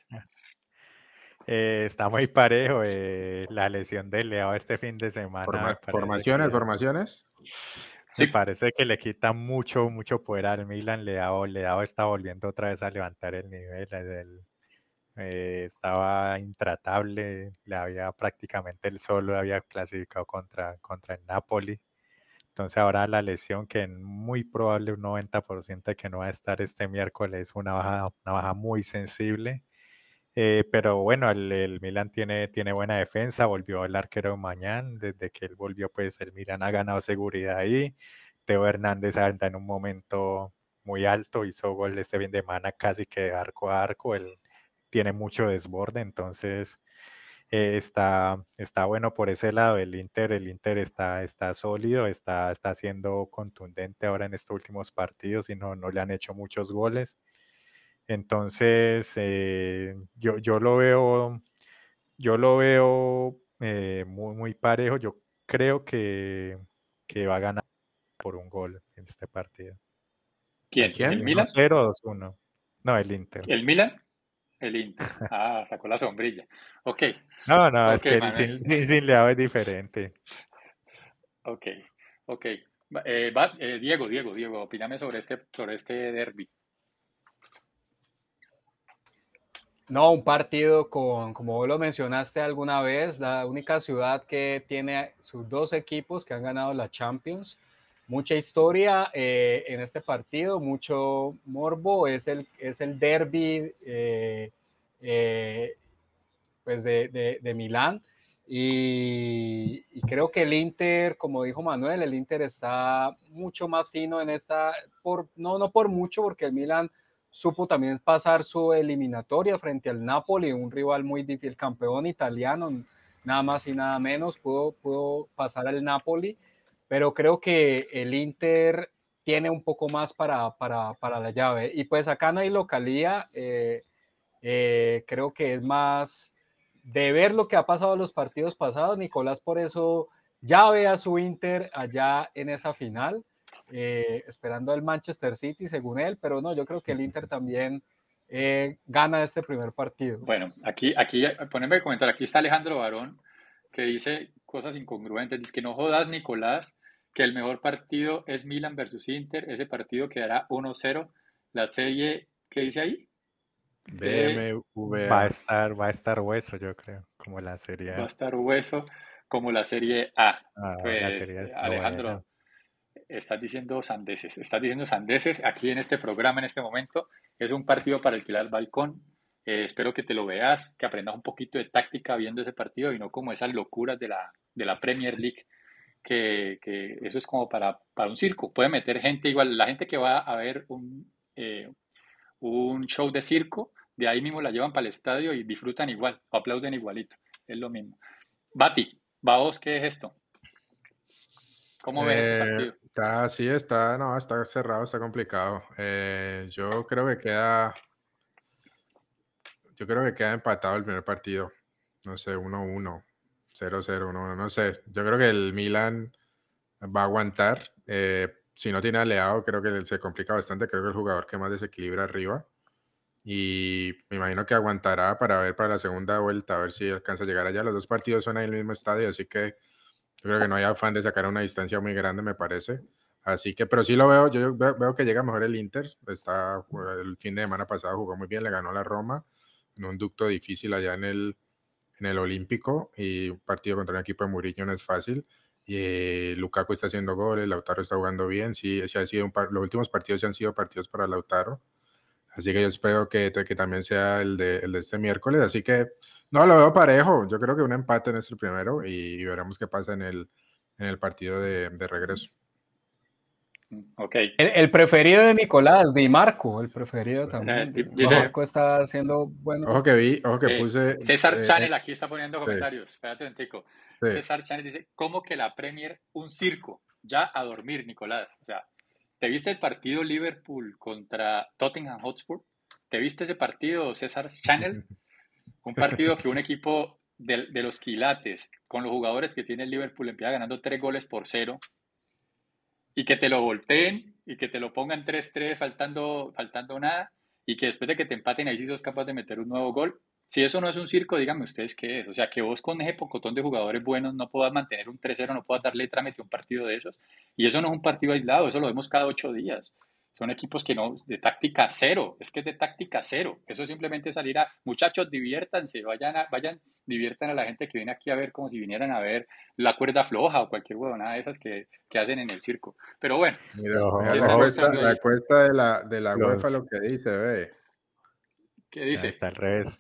Está muy parejo. La lesión de Leao este fin de semana Formaciones. Me Sí, parece que le quita mucho poder al Milan. Leao está volviendo otra vez a levantar el nivel. Estaba intratable, prácticamente él solo había clasificado contra el Napoli. Entonces ahora la lesión, que es muy probable un 90% de que no va a estar este miércoles, una baja muy sensible. Pero bueno, el Milan tiene buena defensa, volvió el arquero Mañán, desde que él volvió pues el Milan ha ganado seguridad ahí. Teo Hernández anda en un momento muy alto, hizo gol este fin de semana casi que de arco a arco, él tiene mucho desborde, entonces Está bueno por ese lado. El Inter está sólido, está siendo contundente ahora en estos últimos partidos y no le han hecho muchos goles. Entonces, yo lo veo muy, muy parejo. Yo creo que va a ganar por un gol en este partido. ¿Quién? Así, ¿El Milan? 1-0 o 2-1. No, el Inter. ¿El Milan? El Inter. Ah, sacó la sombrilla. Ok. No, es Ok, que Manuel. sin Leao es diferente. Ok. Diego, opíname sobre este derbi. No, un partido como vos lo mencionaste alguna vez, la única ciudad que tiene sus dos equipos que han ganado la Champions. Mucha historia en este partido, mucho morbo, es el derbi pues de Milán. Y creo que el Inter, como dijo Manuel, el Inter está mucho más fino en esta, no por mucho, porque el Milán supo también pasar su eliminatoria frente al Napoli, un rival muy difícil, campeón italiano, nada más y nada menos, pudo pasar al Napoli, pero creo que el Inter tiene un poco más para la llave. Y pues acá no hay localía, creo que es más de ver lo que ha pasado en los partidos pasados. Nicolás por eso ya ve a su Inter allá en esa final, esperando al Manchester City según él, pero no, yo creo que el Inter también gana este primer partido. Bueno, aquí poneme a comentar, aquí está Alejandro Barón, que dice cosas incongruentes, dice que no jodas, Nicolás, que el mejor partido es Milan versus Inter, ese partido quedará 1-0, la serie, ¿qué dice ahí? Va a BMWA. estar hueso, yo creo, como la Serie Va a A. estar hueso como la serie A. La Pues Serie A está buena. Alejandro, estás diciendo sandeces aquí en este programa en este momento. Es un partido para alquilar al balcón. Espero que te lo veas, que aprendas un poquito de táctica viendo ese partido y no como esas locuras de la Premier League, que eso es como para un circo. Puede meter gente igual, la gente que va a ver un show de circo, de ahí mismo la llevan para el estadio y disfrutan igual, aplauden igualito, es lo mismo. Bati, vos, ¿qué es esto? ¿Cómo ves este partido? Está cerrado, está complicado. Yo creo que queda empatado el primer partido. No sé, 1-1, 0-0, 1-1, no sé. Yo creo que el Milan va a aguantar. Si no tiene a Leao, creo que se complica bastante. Creo que es el jugador que más desequilibra arriba. Y me imagino que aguantará para ver para la segunda vuelta, a ver si alcanza a llegar allá. Los dos partidos son ahí en el mismo estadio, así que yo creo que no hay afán de sacar una distancia muy grande, me parece. Así que, pero sí lo veo, yo veo que llega mejor el Inter. El fin de semana pasado jugó muy bien, le ganó la Roma en un ducto difícil allá en el Olímpico, y un partido contra un equipo de Mourinho no es fácil. Y Lukaku está haciendo goles, Lautaro está jugando bien. Sí, ha sido los últimos partidos han sido partidos para Lautaro. Así que yo espero que también sea el de este miércoles. Así que no, lo veo parejo. Yo creo que un empate en este primero y veremos qué pasa en el partido de regreso. Ok. El preferido de Nicolás, Di Marco, el preferido también. Dice, Marco está haciendo bueno. Ojo que puse. César Chanel aquí está poniendo comentarios. Sí. Espérate un tico. Sí. César Chanel dice, ¿cómo que la Premier un circo? Ya a dormir, Nicolás. O sea, ¿te viste el partido Liverpool contra Tottenham Hotspur? ¿Te viste ese partido, César Chanel? Un partido que un equipo de los quilates, con los jugadores que tiene el Liverpool, empieza ganando 3-0, y que te lo volteen y que te lo pongan 3-3 faltando nada, y que después de que te empaten ahí sí sos capaz de meter un nuevo gol. Si eso no es un circo, díganme ustedes qué es. O sea, que vos con ese pocotón de jugadores buenos no puedas mantener un 3-0, no puedas darle trámite a un partido de esos. Y eso no es un partido aislado, eso lo vemos cada 8 días. Son equipos que no, de táctica cero, es que es de táctica cero. Eso es simplemente salir a, muchachos, diviértanse, vayan, diviertan a la gente que viene aquí a ver como si vinieran a ver la cuerda floja o cualquier huevonada de esas que hacen en el circo. Pero bueno, mira, la cuesta de la UEFA lo que dice, ve. ¿Qué dice? Está al revés.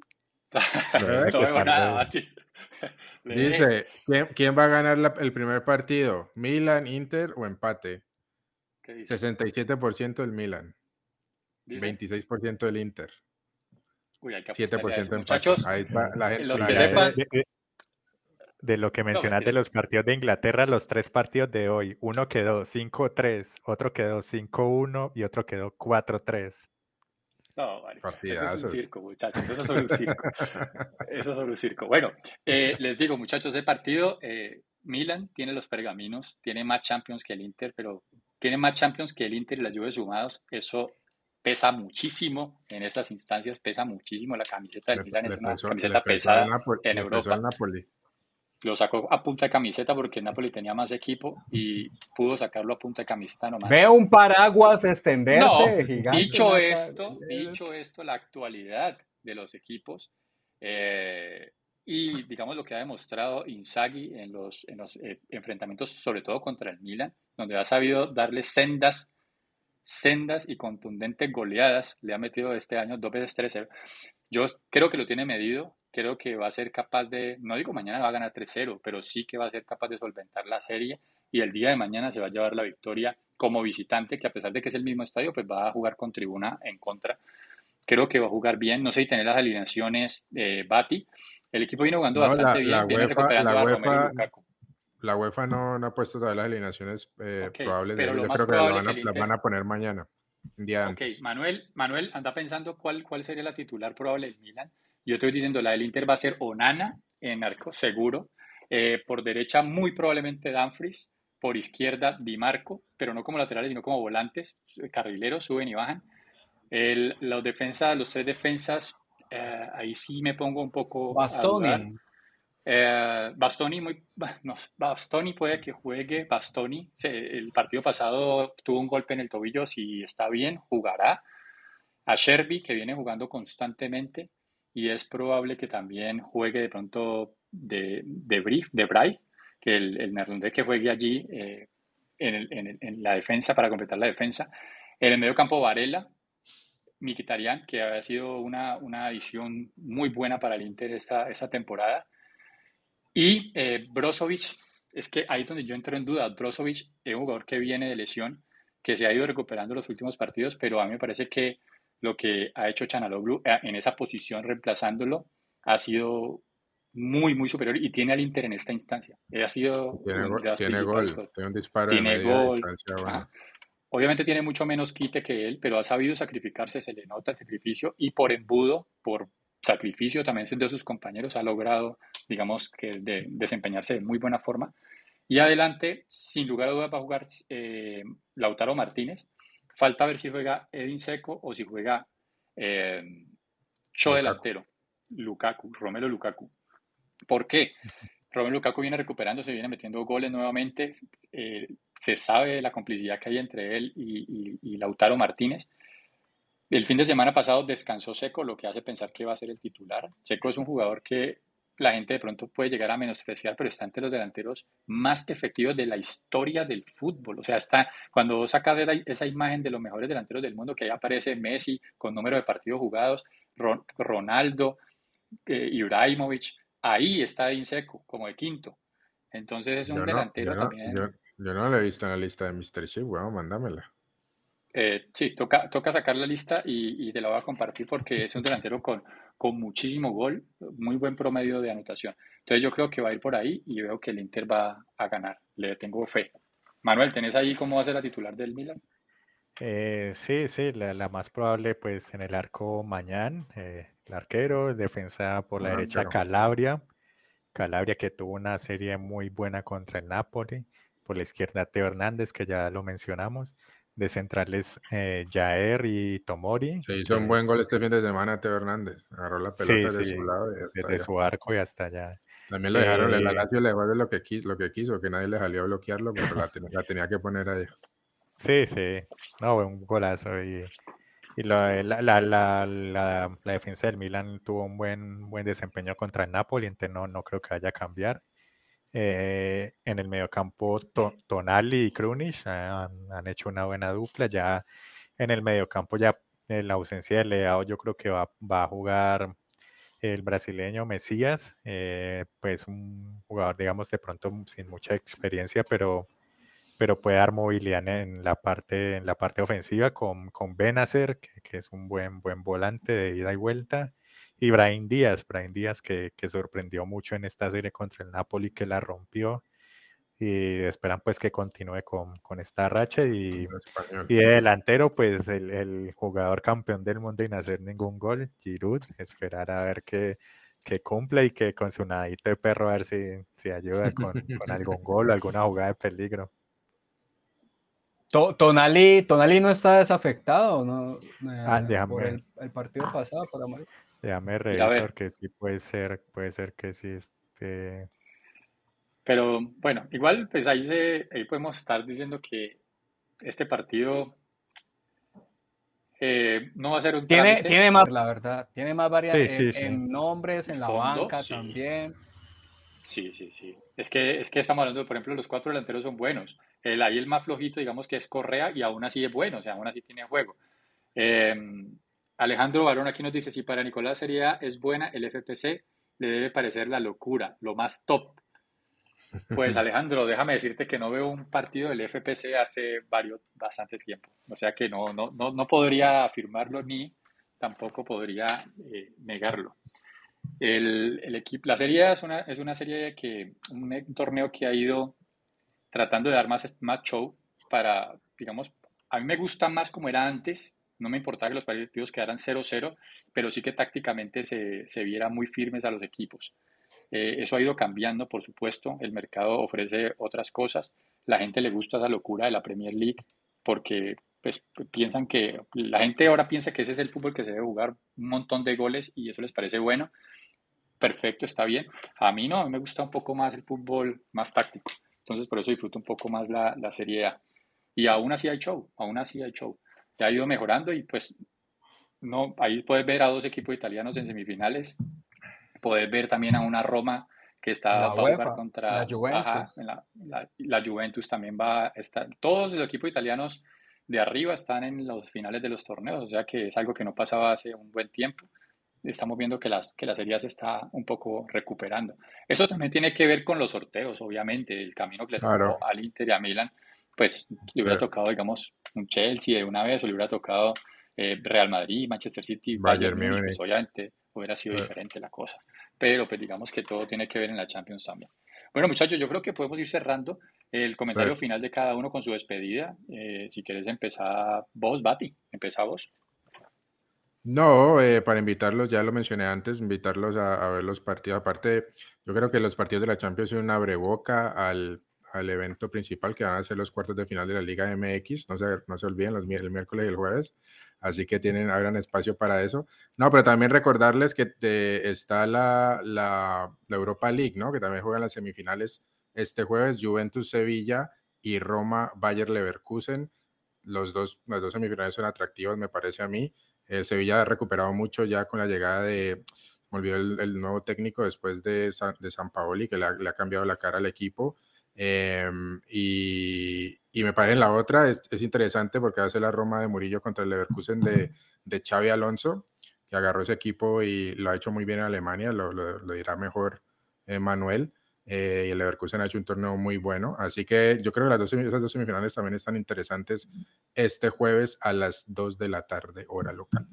No veo nada, Bati. Dice, ¿quién va a ganar el primer partido? ¿Milan, Inter o empate? 67% del Milan, ¿dice? 26% del Inter. Uy, hay que 7% apostarle a eso. de empate. Muchachos, Ahí va, los la que Mira, sepan, de lo que no, mencionas de mentira. los partidos de Inglaterra, los 3 partidos de hoy, uno quedó 5-3, otro quedó 5-1 y otro quedó 4-3. No, vale. Eso es un partidazos. circo, muchachos. Eso es un circo. Eso es un circo. Bueno, les digo, muchachos, de partido, Milan tiene los pergaminos, tiene más Champions que el Inter, pero tiene más Champions que el Inter y la Juve sumados. Eso pesa muchísimo en esas instancias, pesa muchísimo. La camiseta del Milan es una Le camiseta pesó al pesada Napoli, en le pesó al Europa. Napoli. Lo sacó a punta de camiseta porque el Napoli tenía más equipo y pudo sacarlo a punta de camiseta nomás. Veo un paraguas No, extenderse gigante. dicho esto, la actualidad de los equipos y digamos lo que ha demostrado Inzaghi en los enfrentamientos, sobre todo contra el Milan, donde ha sabido darle sendas y contundentes goleadas, le ha metido este año 2 veces 3-0. Yo creo que lo tiene medido, creo que va a ser capaz de, no digo mañana va a ganar 3-0, pero sí que va a ser capaz de solventar la serie y el día de mañana se va a llevar la victoria como visitante, que a pesar de que es el mismo estadio, pues va a jugar con tribuna en contra. Creo que va a jugar bien, no sé si tener las alineaciones Bati. El equipo viene jugando No, bastante bien, viene recuperando a Romelu Lukaku. La UEFA no ha puesto todavía las alineaciones probables de pero ellos. lo Yo más creo que probable que el las Inter... van a poner mañana, un día Ok, antes. Manuel anda pensando cuál sería la titular probable del Milan. Yo estoy diciendo, la del Inter va a ser Onana en arco, seguro. Por derecha, muy probablemente Dumfries. Por izquierda, Di Marco, pero no como laterales, sino como volantes, carrileros, suben y bajan. Los tres defensas, ahí sí me pongo un poco a dudar. Bastoni puede que juegue. Bastoni, el partido pasado tuvo un golpe en el tobillo, si está bien, jugará. A Sherby, que viene jugando constantemente, y es probable que también juegue de pronto de Vrij, que el neerlandés que juegue allí en la defensa, para completar la defensa. En el medio campo, Varela, Mkhitaryan, que ha sido una adición muy buena para el Inter esta temporada. Y Brozovic, es que ahí es donde yo entro en duda. Brozovic es un jugador que viene de lesión, que se ha ido recuperando los últimos partidos, pero a mí me parece que lo que ha hecho Çalhanoğlu en esa posición reemplazándolo ha sido muy, muy superior y tiene al Inter en esta instancia. Ha sido Tiene gol, tiene un disparo tiene de media gol. distancia, bueno. Obviamente tiene mucho menos quite que él, pero ha sabido sacrificarse, se le nota el sacrificio y por embudo, por sacrificio también de sus compañeros ha logrado, digamos, que desempeñarse de muy buena forma. Y adelante, sin lugar a dudas, va a jugar Lautaro Martínez. Falta ver si juega Edin Dzeko o si juega delantero, Romelu Lukaku. ¿Por qué? Romelu Lukaku viene recuperándose, viene metiendo goles nuevamente. Se sabe la complicidad que hay entre él y Lautaro Martínez. El fin de semana pasado descansó Dzeko, lo que hace pensar que va a ser el titular. Dzeko es un jugador que la gente de pronto puede llegar a menospreciar, pero está entre los delanteros más efectivos de la historia del fútbol. O sea, cuando vos sacas esa imagen de los mejores delanteros del mundo, que ahí aparece Messi con número de partidos jugados, Ronaldo, Ibrahimovic, ahí está Edin Dzeko como de quinto. Entonces es un delantero también. Yo no lo he visto en la lista de Mr. Chip, bueno, mándamela. Sí, toca sacar la lista y te la voy a compartir porque es un delantero con muchísimo gol, muy buen promedio de anotación. Entonces yo creo que va a ir por ahí y veo que el Inter va a ganar. Le tengo fe. Manuel, ¿tenés ahí cómo va a ser la titular del Milan? Sí, la más probable pues en el arco Mañán, el arquero, defensa por la derecha Calabria que tuvo una serie muy buena contra el Napoli, por la izquierda Teo Hernández, que ya lo mencionamos, de centrales Jair y Tomori. Se hizo un buen gol este fin de semana Teo Hernández, agarró la pelota de su lado y desde su arco y hasta allá. También lo dejaron, la Lazio le devuelve lo que quiso, que nadie le salió a bloquearlo, pero la tenía que poner ahí. Sí, no, un golazo y la defensa del Milan tuvo un buen desempeño contra el Napoli, entonces no creo que vaya a cambiar. En el mediocampo Tonali y Krunic han hecho una buena dupla. Ya en el mediocampo, ya en la ausencia de Leao, yo creo que va a jugar el brasileño Mesías, pues un jugador, digamos, de pronto sin mucha experiencia, pero puede dar movilidad en la parte ofensiva con Benacer, que es un buen volante de ida y vuelta. Y Brahim Díaz que sorprendió mucho en esta serie contra el Napoli, que la rompió. Y esperan pues que continúe con esta racha. Y de delantero, pues el jugador campeón del mundo y no hacer ningún gol, Giroud, esperar a ver que cumple y que con su nadito de perro a ver si ayuda con algún gol o alguna jugada de peligro. Tonali no está desafectado, ¿no? Por Déjame, el partido pasado, por amarillo. déjame revisar que sí puede ser que sí Pero bueno, igual pues ahí podemos estar diciendo que este partido no va a ser un trámite. Tiene más, la verdad, tiene más variedad sí. en nombres, en la Fondo, banca sí. también. Sí. Es que estamos hablando, por ejemplo, los 4 delanteros son buenos. Ahí el más flojito, digamos que es Correa, y aún así es bueno, o sea, aún así tiene juego. Alejandro Barón aquí nos dice, si para Nicolás es buena, el FPC le debe parecer la locura, lo más top. Pues Alejandro, déjame decirte que no veo un partido del FPC hace bastante tiempo. O sea que no podría afirmarlo ni tampoco podría negarlo. El equipo, la serie es una serie un torneo que ha ido tratando de dar más show para, digamos, a mí me gusta más como era antes, no me importaba que los partidos quedaran 0-0, pero sí que tácticamente se viera muy firmes a los equipos. Eso ha ido cambiando, por supuesto, el mercado ofrece otras cosas, la gente le gusta esa locura de la Premier League porque pues piensan que, la gente ahora piensa que ese es el fútbol que se debe jugar, un montón de goles y eso les parece bueno. Perfecto, está bien. A mí no, a mí me gusta un poco más el fútbol más táctico. Entonces, por eso disfruto un poco más la Serie A. Y aún así hay show, Ya ha ido mejorando y pues no, ahí puedes ver a 2 equipos italianos en semifinales. Puedes ver también a una Roma que va a jugar contra la Juventus. Ajá, la Juventus también va a estar. Todos los equipos italianos de arriba están en los finales de los torneos, o sea que es algo que no pasaba hace un buen tiempo. Estamos viendo que la Serie A se está un poco recuperando. Eso también tiene que ver con los sorteos, obviamente, el camino que le tocó al Inter y a Milan, pues le hubiera tocado, digamos, un Chelsea de una vez, o le hubiera tocado Real Madrid, Manchester City, Bayern Múnich, pues obviamente hubiera sido diferente la cosa. Pero pues digamos que todo tiene que ver en la Champions también. Bueno, muchachos, yo creo que podemos ir cerrando el comentario final de cada uno con su despedida. Si quieres empezar vos, Bati, empezá vos. No, para invitarlos, ya lo mencioné antes, invitarlos a ver los partidos. Aparte, yo creo que los partidos de la Champions son una abreboca al evento principal, que van a ser los cuartos de final de la Liga MX. No se olviden, el miércoles y el jueves. Así que habrán espacio para eso. No, pero también recordarles que está la Europa League, ¿no? Que también juegan las semifinales este jueves, Juventus-Sevilla y Roma-Bayer-Leverkusen. Las dos semifinales son atractivas, me parece a mí. El Sevilla ha recuperado mucho ya con la llegada me olvidó el nuevo técnico después de Sampaoli, que le ha cambiado la cara al equipo. Y me parece en la otra, es interesante porque va a ser la Roma de Murillo contra el Leverkusen de Xavi Alonso, que agarró ese equipo y lo ha hecho muy bien en Alemania, lo dirá mejor Manuel. Y el Leverkusen ha hecho un torneo muy bueno, así que yo creo que esas dos semifinales también están interesantes este jueves a las 2 de la tarde, hora local.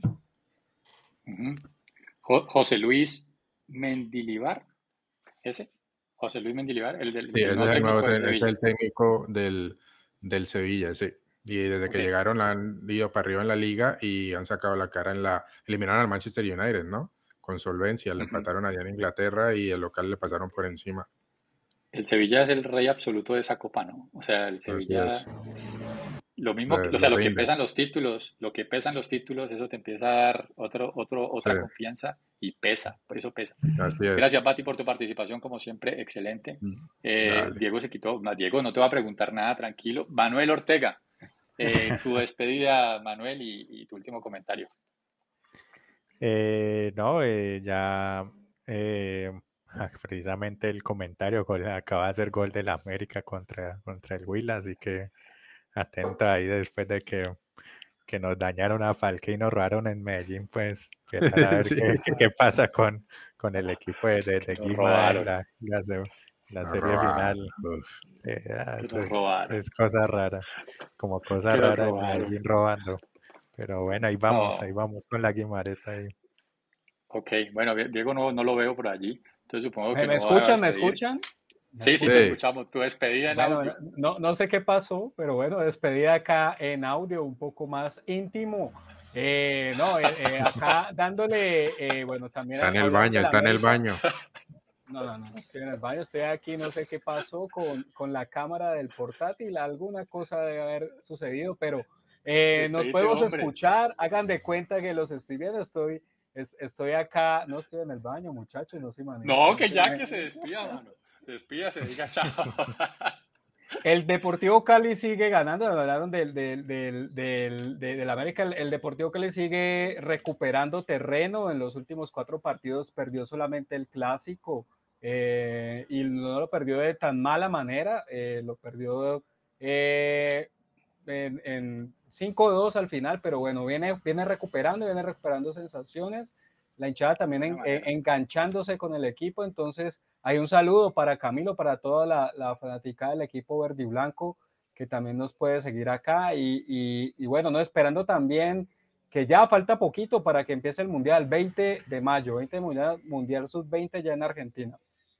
José Luis Mendilibar, José Luis Mendilibar, el del el técnico del Sevilla, sí. Y desde que llegaron han ido para arriba en la liga y han sacado la cara eliminaron al Manchester United, ¿no? Con solvencia, le empataron allá en Inglaterra y el local le pasaron por encima. El Sevilla es el rey absoluto de esa copa, ¿no? O sea, el Sevilla, lo mismo, o sea, lo que pesan los títulos, eso te empieza a dar otra confianza y pesa, por eso pesa. Gracias, Bati, por tu participación, como siempre, excelente. Diego se quitó, Diego, no te va a preguntar nada, tranquilo. Manuel Ortega, tu despedida, Manuel, y tu último comentario. Precisamente el comentario, acaba de hacer gol del América contra el Huila, así que atento ahí después de que nos dañaron a Falque y nos robaron en Medellín, pues a ver qué pasa con el equipo de Guima en la serie final. Es cosa rara, como cosa rara en Medellín robando. Pero bueno, ahí vamos con la Guimareta ahí. Ok, bueno, Diego no lo veo por allí, entonces supongo que ¿Me no va a escuchan? ¿Me despedir. escuchan? Sí, Sí. te escuchamos. Tu despedida en Bueno, audio. no sé qué pasó, pero bueno, despedida acá en audio, un poco más íntimo. Acá dándole, bueno, también Está en el hablamos baño, de la está en el América. baño. No estoy en el baño, estoy aquí, no sé qué pasó con la cámara del portátil, alguna cosa debe haber sucedido, pero nos Despedite, podemos hombre. escuchar, hagan de cuenta que los estoy viendo, estoy acá, no estoy en el baño, muchachos, no se imaginen. No, que ya que se despida, mano. Despídase, diga chao. El Deportivo Cali sigue ganando, hablaron del América, el Deportivo Cali sigue recuperando terreno, en los últimos 4 partidos perdió solamente el clásico y no lo perdió de tan mala manera, lo perdió en 5-2 al final, pero bueno, viene recuperando sensaciones, la hinchada también enganchándose con el equipo, entonces hay un saludo para Camilo, para toda la fanaticada del equipo verde y blanco, que también nos puede seguir acá, y bueno, no esperando también que ya falta poquito para que empiece el Mundial, 20 de mayo, Mundial Sub-20 ya en Argentina.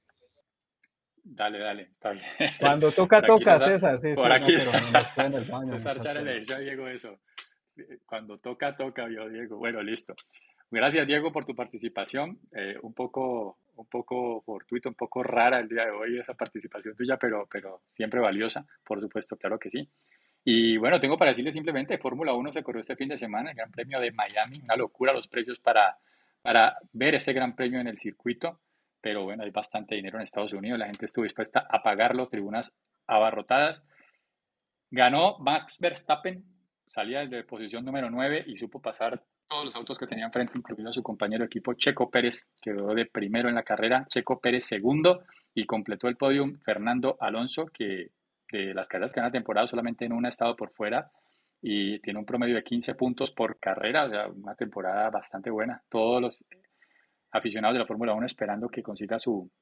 Dale, está bien. Cuando toca, César, sí, por aquí, pero no estoy en el baño, César Chávez le dice a Diego eso. Cuando toca, vio Diego. Bueno, listo. Gracias, Diego, por tu participación. Un poco fortuito, un poco rara el día de hoy esa participación tuya, pero siempre valiosa, por supuesto, claro que sí. Y bueno, tengo para decirles simplemente, Fórmula 1 se corrió este fin de semana, el Gran Premio de Miami, una locura los precios para ver ese Gran Premio en el circuito, pero bueno, hay bastante dinero en Estados Unidos, la gente estuvo dispuesta a pagarlo, tribunas abarrotadas. Ganó Max Verstappen, salía de posición número 9 y supo pasar todos los autos que tenían frente, incluido a su compañero de equipo Checo Pérez, quedó de primero en la carrera, Checo Pérez segundo, y completó el podium Fernando Alonso, que de las carreras que gana la temporada solamente en una ha estado por fuera y tiene un promedio de 15 puntos por carrera, o sea, una temporada bastante buena. Todos los aficionados de la Fórmula 1 esperando que consiga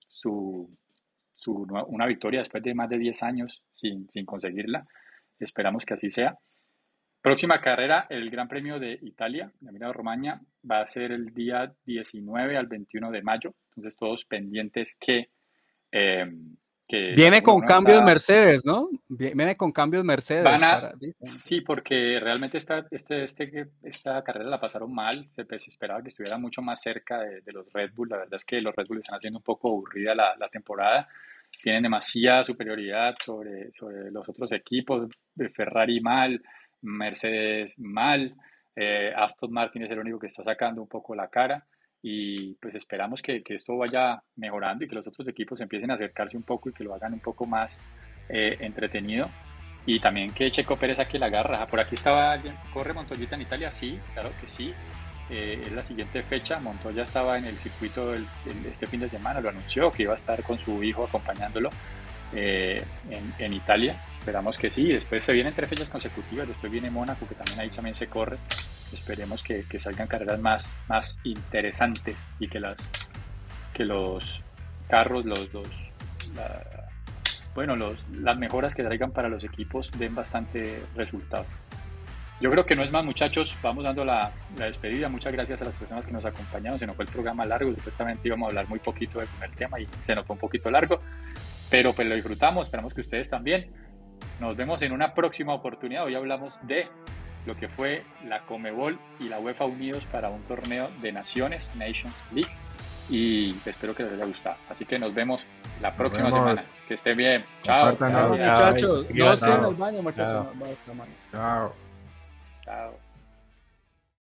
una victoria después de más de 10 años sin conseguirla. Esperamos que así sea. Próxima carrera, el Gran Premio de Italia, de Emilia Romagna, va a ser el día 19 al 21 de mayo. Entonces, todos pendientes que viene con cambios Mercedes, ¿no? Viene con cambios Mercedes. Sí, porque realmente esta carrera la pasaron mal. Se esperaba que estuviera mucho más cerca de los Red Bull. La verdad es que los Red Bull están haciendo un poco aburrida la temporada. Tienen demasiada superioridad sobre los otros equipos. Ferrari mal, Mercedes mal, Aston Martin es el único que está sacando un poco la cara. Y pues esperamos que esto vaya mejorando y que los otros equipos empiecen a acercarse un poco y que lo hagan un poco más entretenido, y también que Checo Pérez saque la garra. Por aquí estaba alguien, ¿corre Montoyita en Italia? Sí, claro que sí, es la siguiente fecha. Montoya estaba en el circuito este fin de semana, lo anunció que iba a estar con su hijo acompañándolo en Italia. Esperamos que sí. Después se vienen 3 fechas consecutivas, después viene Mónaco, que también ahí también se corre. Esperemos que salgan carreras más interesantes y que los carros, las mejoras que traigan para los equipos den bastante resultado. Yo creo que no es más, muchachos, vamos dando la despedida. Muchas gracias a las personas que nos acompañaron. Se nos fue el programa largo, supuestamente íbamos a hablar muy poquito del primer tema y se nos fue un poquito largo, pero pues lo disfrutamos, esperamos que ustedes también. Nos vemos en una próxima oportunidad. Hoy hablamos de lo que fue la Conmebol y la UEFA unidos para un torneo de naciones, Nations League, y espero que les haya gustado. Así que nos vemos la próxima semana. Que estén bien. Chao. Muchachos. No se nos bañen, muchachos. Chao. Chao.